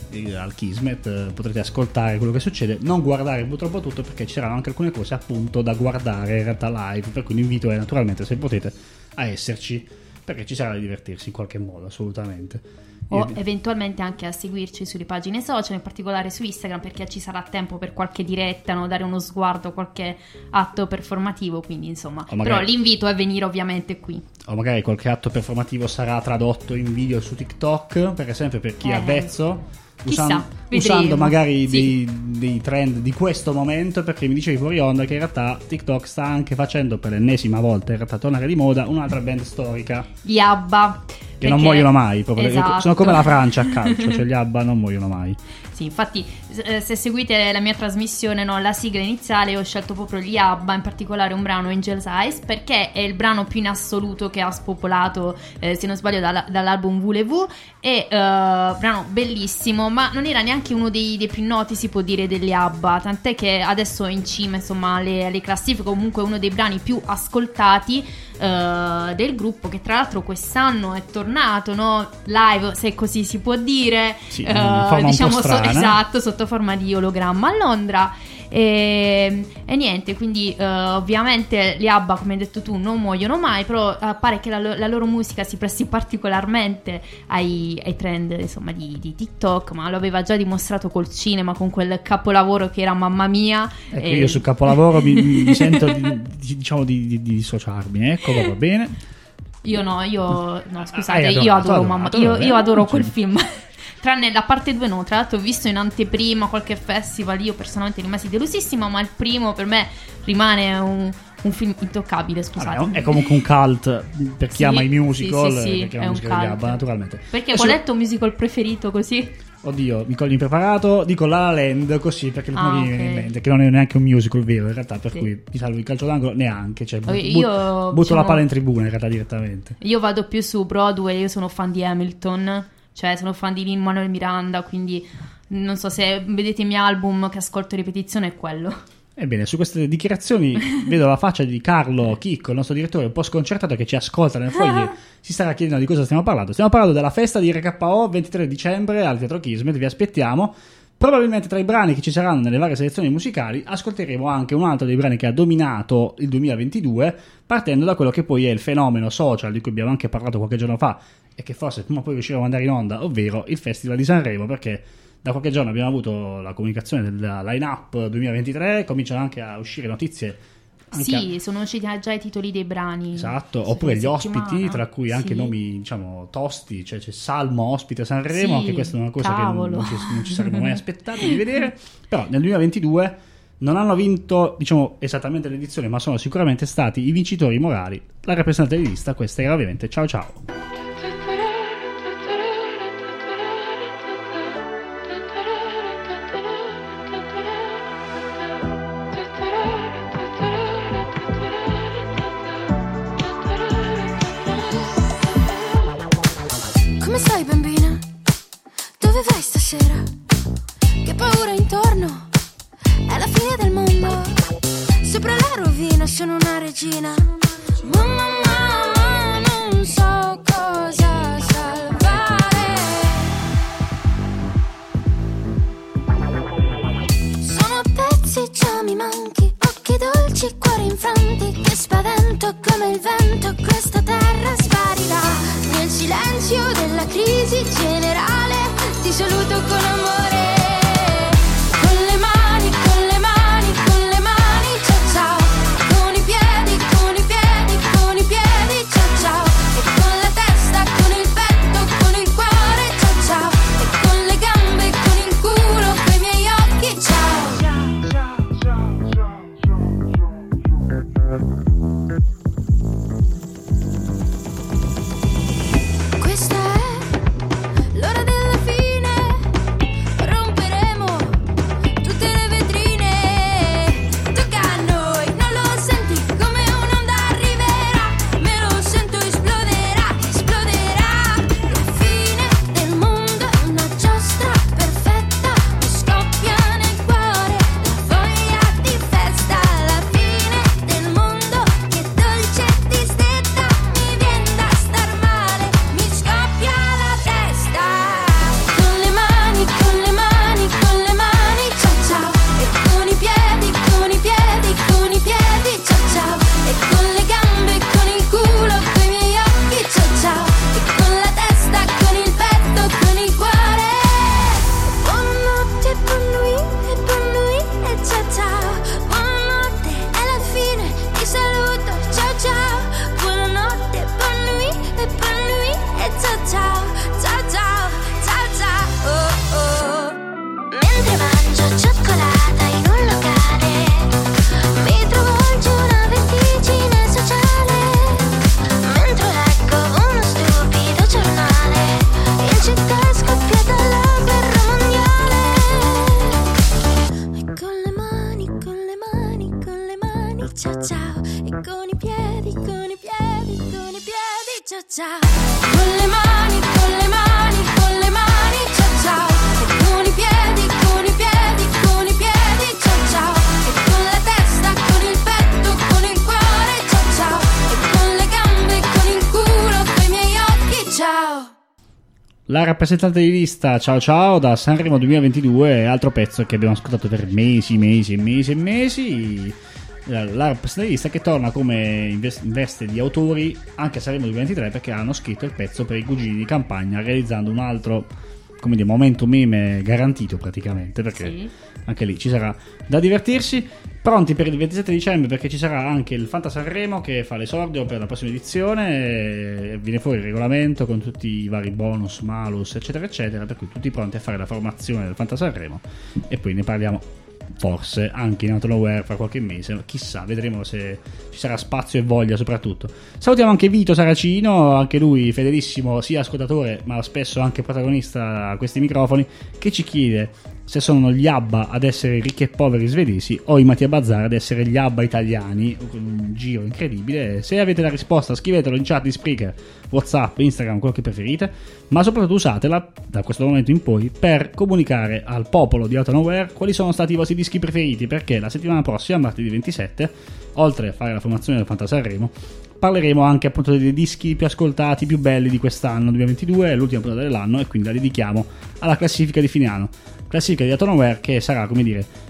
al Kismet, potrete ascoltare quello che succede, non guardare purtroppo tutto, perché ci saranno anche alcune cose appunto da guardare in realtà live, per cui l'invito è naturalmente, se potete, a esserci, perché ci sarà da divertirsi in qualche modo, assolutamente. O eventualmente anche a seguirci sulle pagine social, in particolare su Instagram, perché ci sarà tempo per qualche diretta, no? Dare uno sguardo a qualche atto performativo, quindi insomma. Magari, però l'invito è venire ovviamente qui. O magari qualche atto performativo sarà tradotto in video su TikTok, per esempio, per chi eh, è avvezzo. Chissà, usando, usando magari sì. dei, dei trend di questo momento, perché mi dicevi fuori onda che in realtà TikTok sta anche facendo per l'ennesima volta in realtà tornare di moda un'altra band storica, gli ABBA, che perché... non muoiono mai proprio. Esatto. Sono come la Francia a calcio, cioè gli ABBA non muoiono mai. Sì, infatti se seguite la mia trasmissione, no, la sigla iniziale, ho scelto proprio gli ABBA, in particolare un brano, Angel's Eyes, perché è il brano più in assoluto che ha spopolato, eh, se non sbaglio, dalla, dall'album Voulez-Vous. È uh, un brano bellissimo, ma non era neanche uno dei, dei più noti, si può dire, degli ABBA, tant'è che adesso è in cima, insomma, alle, alle classifiche, comunque uno dei brani più ascoltati uh, del gruppo, che tra l'altro quest'anno è tornato, no, live, se così si può dire, sì, uh, diciamo so, esatto, sotto forma di ologramma a Londra. E, e niente, quindi uh, ovviamente gli ABBA, come hai detto tu, non muoiono mai, però uh, pare che la, la loro musica si presti particolarmente ai, ai trend, insomma, di, di TikTok, ma lo aveva già dimostrato col cinema, con quel capolavoro che era Mamma Mia. Ecco, e... io sul capolavoro mi, mi sento di, di, diciamo di, di, di dissociarmi, ecco, va bene. Io no, io no, scusate, adorato, io adoro adorato, Mamma adorato, io, io adoro sì. quel film. Tranne la parte due no, tra l'altro ho visto in anteprima qualche festival, io personalmente rimasi delusissima, ma il primo per me rimane un, un film intoccabile, scusate. Vabbè, è comunque un cult per chi sì, ama i musical, sì, sì, sì, perché è ama un musica degli cult. ABBA, naturalmente. Perché Adesso, qual è il tuo musical preferito così? Oddio, mi cogli impreparato, dico La La Land così perché Ah, non mi viene ok. in mente, che non è neanche un musical vero in realtà, per Sì. cui mi salvo il calcio d'angolo neanche, cioè Ok, butto, io, butto diciamo- la palla in tribuna in realtà direttamente. Io vado più su Broadway, io sono fan di Hamilton, cioè sono fan di Lin-Manuel Miranda, quindi non so se vedete i miei album che ascolto in ripetizione è quello. Ebbene, su queste dichiarazioni vedo la faccia di Carlo Chicco, il nostro direttore, un po' sconcertato, che ci ascolta nel foyer, si starà chiedendo di cosa stiamo parlando. Stiamo parlando della festa di R K O ventitré dicembre al Teatro Kismet, vi aspettiamo. Probabilmente tra i brani che ci saranno nelle varie selezioni musicali ascolteremo anche un altro dei brani che ha dominato il duemilaventidue, partendo da quello che poi è il fenomeno social di cui abbiamo anche parlato qualche giorno fa e che forse prima o poi riusciremo ad andare in onda, ovvero il Festival di Sanremo, perché da qualche giorno abbiamo avuto la comunicazione della line-up duemilaventitré, cominciano anche a uscire notizie Anche sì, a... sono usciti già i titoli dei brani. Esatto, sì, oppure gli settimana. ospiti, tra cui anche Sì. nomi, diciamo, tosti, cioè c'è Salmo ospite a Sanremo, Sì, anche questa è una cosa cavolo. che non ci, non ci saremmo mai aspettati di vedere, però nel duemilaventidue non hanno vinto, diciamo, esattamente l'edizione, ma sono sicuramente stati i vincitori morali. La rappresentante di lista, questa era ovviamente Ciao Ciao. Come stai bambina? Dove vai stasera? Che paura intorno? È la fine del mondo. Sopra la rovina sono una regina. Mamma, mamma, non so cosa salvare. Sono pezzi, già mi manchi. Occhi dolci, cuori infranti. Che spavento come il vento. Questa terra sparirà. Nel silenzio della crisi generale ti saluto con amore. Con le mani, con le mani, con le mani, ciao ciao. Con i piedi, con i piedi, con i piedi, ciao ciao. E con la testa, con il petto, con il cuore, ciao ciao. E con le gambe, con il culo, con i miei occhi, ciao. Questa è l'ora della fine. Romperemo tutte le vetrine. Tocca a noi, non lo senti come un'onda arriverà. Me lo sento, esploderà, esploderà. La fine del mondo è una giostra perfetta. Mi scoppia nel cuore la voglia di festa. La fine del mondo che dolce e distetta. Mi viene da star male, mi scoppia la testa. Con le mani, con le mani, con le mani, ciao ciao. E con i piedi, con i piedi, con i piedi, ciao ciao. E con le gambe, con il culo, con i miei occhi, ciao ciao. E con la testa, con il petto, con il cuore. Buonanotte, buon nuit, e buon nuit, e ciao ciao. Buonanotte, è la fine, ti saluto, ciao ciao. Buonanotte, buon nuit, e buon nuit, e ciao ciao. Ciao ciao, ciao ciao, oh oh. Mentre mangio cioccolata in un locale, mi trovo oggi una vertigine sociale. Mentre leggo uno stupido giornale, in città è scoppiata la guerra mondiale. E con le mani, con le mani, con le mani, ciao ciao. E con i piedi, con i piedi, con i piedi, ciao ciao. Con le mani, con le mani, con le mani, ciao ciao. E con i piedi, con i piedi, con i piedi, ciao ciao. E con la testa, con il petto, con il cuore, ciao ciao. E con le gambe, con il culo, con i miei occhi, ciao. La rappresentante di lista Ciao Ciao da Sanremo duemilaventidue, altro pezzo che abbiamo ascoltato per mesi, mesi e mesi e mesi. La, la rappresentante di lista che torna come in ves- in veste di autori anche a Sanremo duemilaventitré, perché hanno scritto il pezzo per i cugini di campagna, realizzando un altro, come dire, momento meme garantito praticamente, perché Sì. anche lì ci sarà da divertirsi. Pronti per il ventisette dicembre, perché ci sarà anche il Fanta Sanremo che fa l'esordio per la prossima edizione, e viene fuori il regolamento con tutti i vari bonus, malus eccetera eccetera, per cui tutti pronti a fare la formazione del Fanta Sanremo, e poi ne parliamo forse anche in Autonoware fra qualche mese, chissà, vedremo se ci sarà spazio e voglia soprattutto. Salutiamo anche Vito Saracino, anche lui fedelissimo sia ascoltatore ma spesso anche protagonista a questi microfoni, che ci chiede se sono gli ABBA ad essere ricchi e poveri svedesi o i Mattia Bazzar ad essere gli ABBA italiani, un giro incredibile. Se avete la risposta scrivetelo in chat di Spreaker, WhatsApp, Instagram, quello che preferite, ma soprattutto usatela da questo momento in poi per comunicare al popolo di Autonoware quali sono stati i vostri dischi preferiti, perché la settimana prossima, martedì ventisette, oltre a fare la formazione del Fanta Sanremo, parleremo anche appunto dei dischi più ascoltati, più belli di quest'anno duemilaventidue, è l'ultima puntata dell'anno e quindi la dedichiamo alla classifica di fine anno. Classifica di Autonoware che sarà, come dire,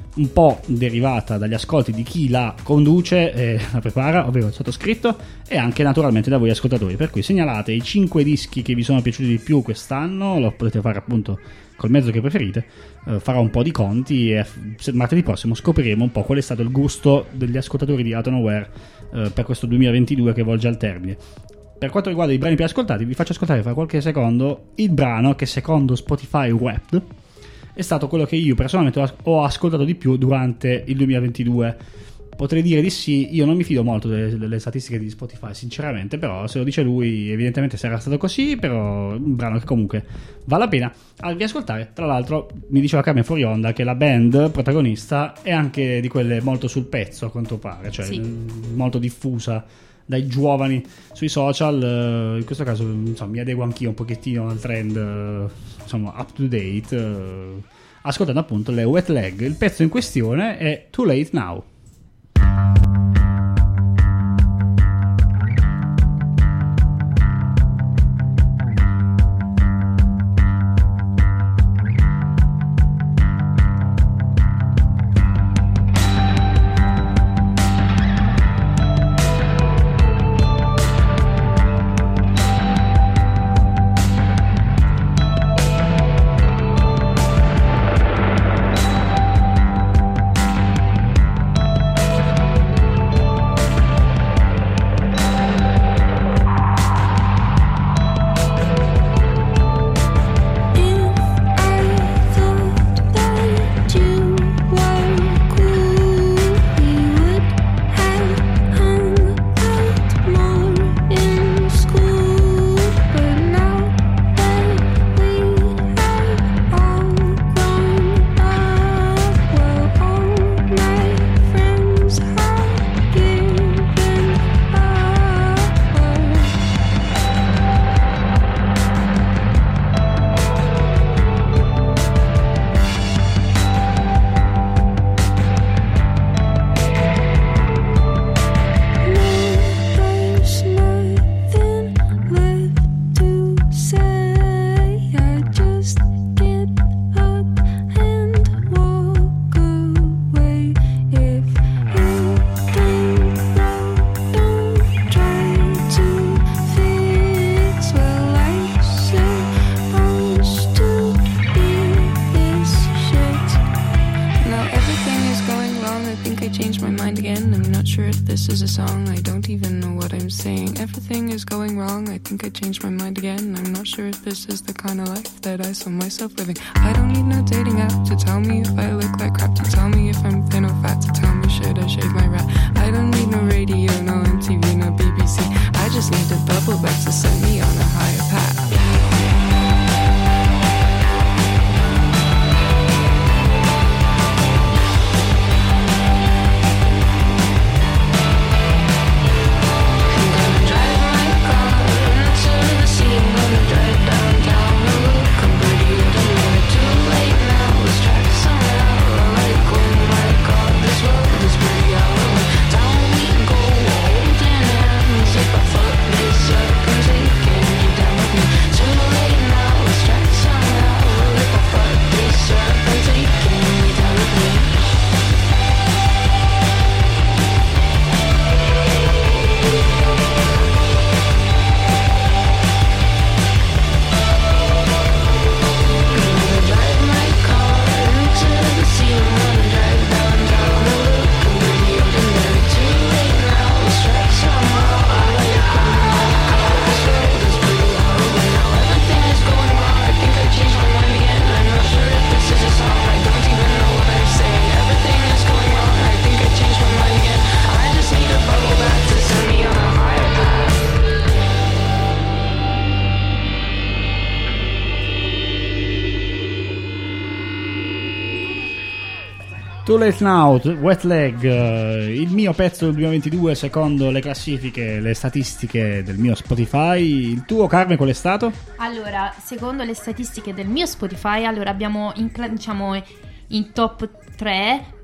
un po' derivata dagli ascolti di chi la conduce e la prepara, ovvero il sottoscritto, e anche naturalmente da voi ascoltatori. Per cui segnalate i cinque dischi che vi sono piaciuti di più quest'anno, lo potete fare appunto col mezzo che preferite. Uh, farò un po' di conti e f- martedì prossimo scopriremo un po' qual è stato il gusto degli ascoltatori di Out on Aware uh, per questo duemilaventidue che volge al termine. Per quanto riguarda i brani più ascoltati, vi faccio ascoltare fra qualche secondo il brano che secondo Spotify Wrapped è stato quello che io personalmente ho ascoltato di più durante il duemilaventidue. Potrei dire di sì, io non mi fido molto delle, delle statistiche di Spotify sinceramente, però se lo dice lui evidentemente sarà stato così, però un brano che comunque vale la pena di ascoltare. Tra l'altro mi diceva Carmen fuori onda che la band protagonista è anche di quelle molto sul pezzo a quanto pare, cioè sì. molto diffusa dai giovani sui social. In questo caso insomma, mi adeguo anch'io un pochettino al trend, insomma up to date, ascoltando appunto le Wet Leg. Il pezzo in questione è Too Late Now. This is the kind of life that I saw myself living. I don't need no dating app to tell me if I look like crap, to tell me if I'm thin or fat, to tell me should I shave my rat. I don't need no radio, no M T V, no B B C. I just need a bubble bath to set me on a higher path. Too Late Now, Wet Leg, il mio pezzo del duemilaventidue secondo le classifiche, le statistiche del mio Spotify. Il tuo, Carmen, qual è stato? Allora, secondo le statistiche del mio Spotify, allora abbiamo in, cla- diciamo in top tre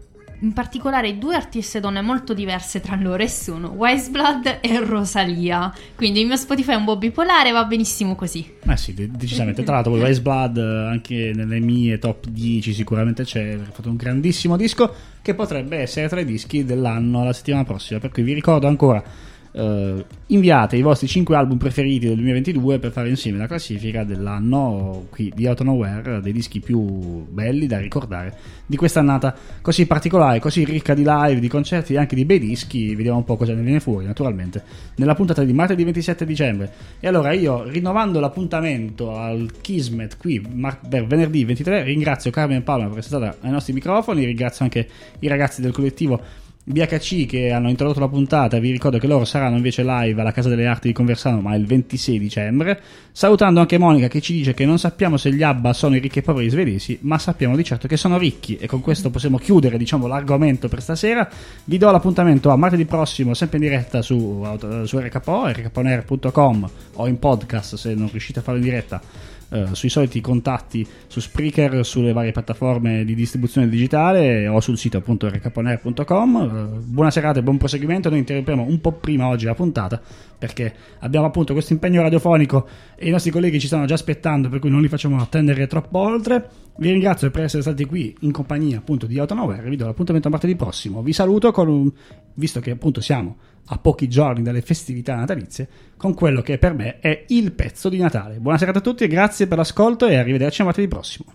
in particolare due artiste donne molto diverse tra loro, e sono Wise Blood e Rosalia. Quindi il mio Spotify è un po' bipolare, va benissimo così. Eh sì, decisamente. Tra l'altro Wise Blood anche nelle mie top dieci sicuramente c'è, ha fatto un grandissimo disco che potrebbe essere tra i dischi dell'anno la settimana prossima, per cui vi ricordo ancora, Uh, inviate i vostri cinque album preferiti del duemilaventidue per fare insieme la classifica dell'anno qui di Out of Nowhere, dei dischi più belli da ricordare di quest'annata così particolare, così ricca di live, di concerti e anche di bei dischi. Vediamo un po' cosa ne viene fuori naturalmente nella puntata di martedì ventisette dicembre. E allora io, rinnovando l'appuntamento al Kismet qui mar- per venerdì ventitré, ringrazio Carmen Palma per essere stata ai nostri microfoni, ringrazio anche i ragazzi del collettivo B H C che hanno introdotto la puntata. Vi ricordo che loro saranno invece live alla Casa delle Arti di Conversano, ma il ventisei dicembre. Salutando anche Monica che ci dice che non sappiamo se gli ABBA sono i ricchi e poveri svedesi, ma sappiamo di certo che sono ricchi, e con questo possiamo chiudere, diciamo, l'argomento per stasera. Vi do l'appuntamento a martedì prossimo, sempre in diretta su, su R K O, r k o n air punto com, o in podcast se non riuscite a farlo in diretta. Uh, sui soliti contatti su Spreaker, sulle varie piattaforme di distribuzione digitale, o sul sito appunto r k o n air punto com. Uh, buona serata e buon proseguimento. Noi interrompiamo un po' prima oggi la puntata perché abbiamo appunto questo impegno radiofonico e i nostri colleghi ci stanno già aspettando, per cui non li facciamo attendere troppo oltre. Vi ringrazio per essere stati qui in compagnia appunto di Out of Nowhere. Vi do l'appuntamento a martedì prossimo. Vi saluto con un, visto che appunto siamo a pochi giorni dalle festività natalizie, con quello che per me è il pezzo di Natale. Buona serata a tutti, grazie per l'ascolto e arrivederci a martedì prossimo.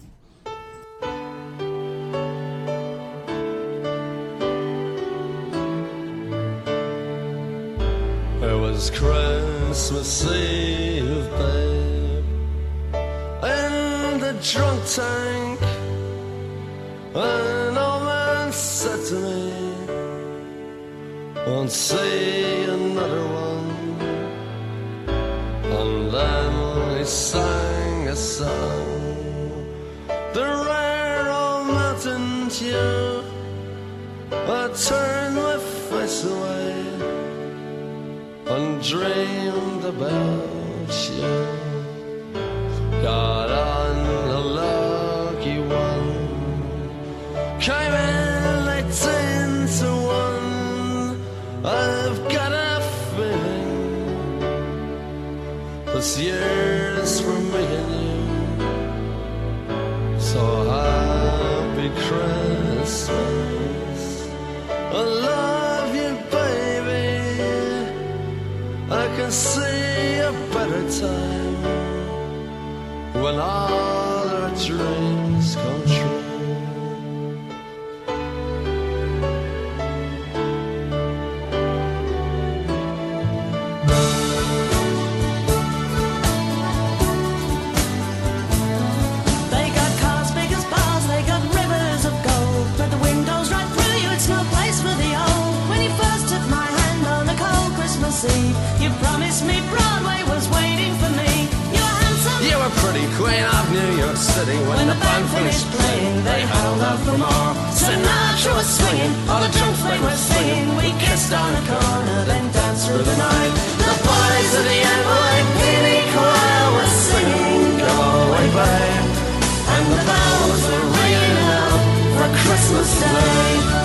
It was Christmas Eve, babe, in the drunk tank. An old man said to me, won't see another one. And then he sang a song, the rare old mountain dew. I turned my face away and dreamed about you. Got on a lucky one, came in eighteen to one. I've got a feeling this year's for me and you. So happy Christmas, I love you, baby. I can see a better time when all our dreams come true. You promised me Broadway was waiting for me. You were handsome. You were pretty queen of New York City. When, when the the band finished playing, they held out for more. Sinatra was swinging, all the drunks they were singing. We kissed on a corner, then danced through the night. The boys of the N Y P D choir were singing, go away, babe. And the bells were ringing out for Christmas Day.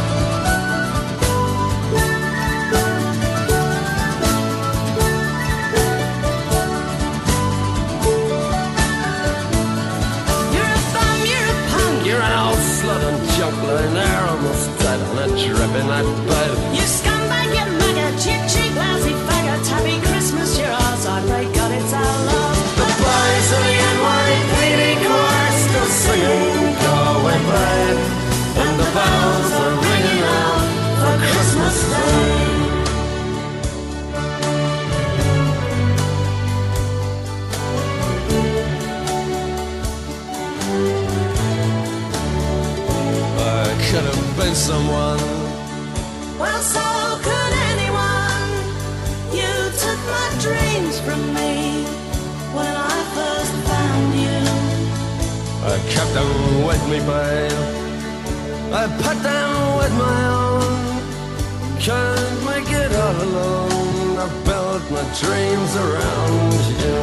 Lying there almost dead on a dripping hot bed. You scumbag, you maggot, cheap, cheap, lousy faggot. Happy Christmas, you're ours, I pray God it's our love. The boys of the N Y P D choir still singing, go away, babe. And the bells are ringing out for Christmas Day. Could have been someone. Well, so could anyone. You took my dreams from me when I first found you. I kept them with me, babe. I put them with my own. Can't make it all alone. I built my dreams around you.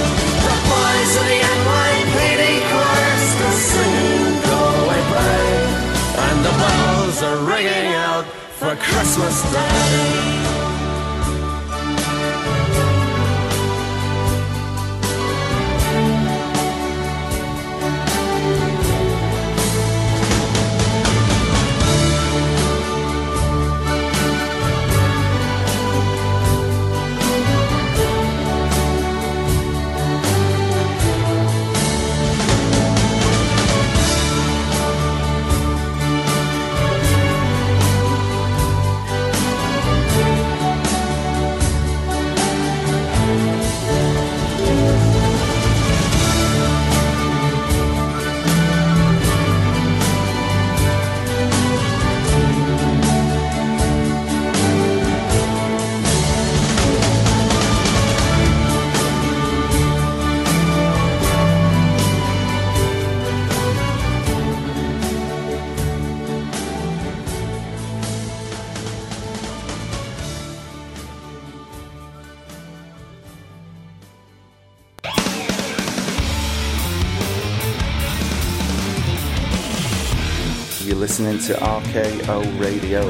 The boys of the N Y P D choir still singing, go away, babe. bells are ringing out for Christmas Day. Listening to R K O Radio.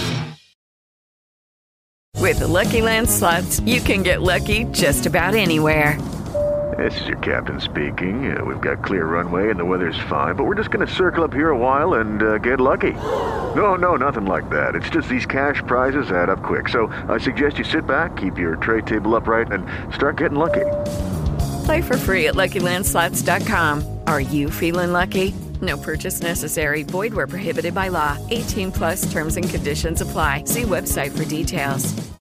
With the Lucky Land Slots, you can get lucky just about anywhere. This is your captain speaking. Uh, we've got clear runway and the weather's fine, but we're just going to circle up here a while and uh, get lucky. No, no, nothing like that. It's just these cash prizes add up quick. So I suggest you sit back, keep your tray table upright, and start getting lucky. Play for free at Lucky Land Slots dot com. Are you feeling lucky? No purchase necessary. Void where prohibited by law. eighteen plus terms and conditions apply. See website for details.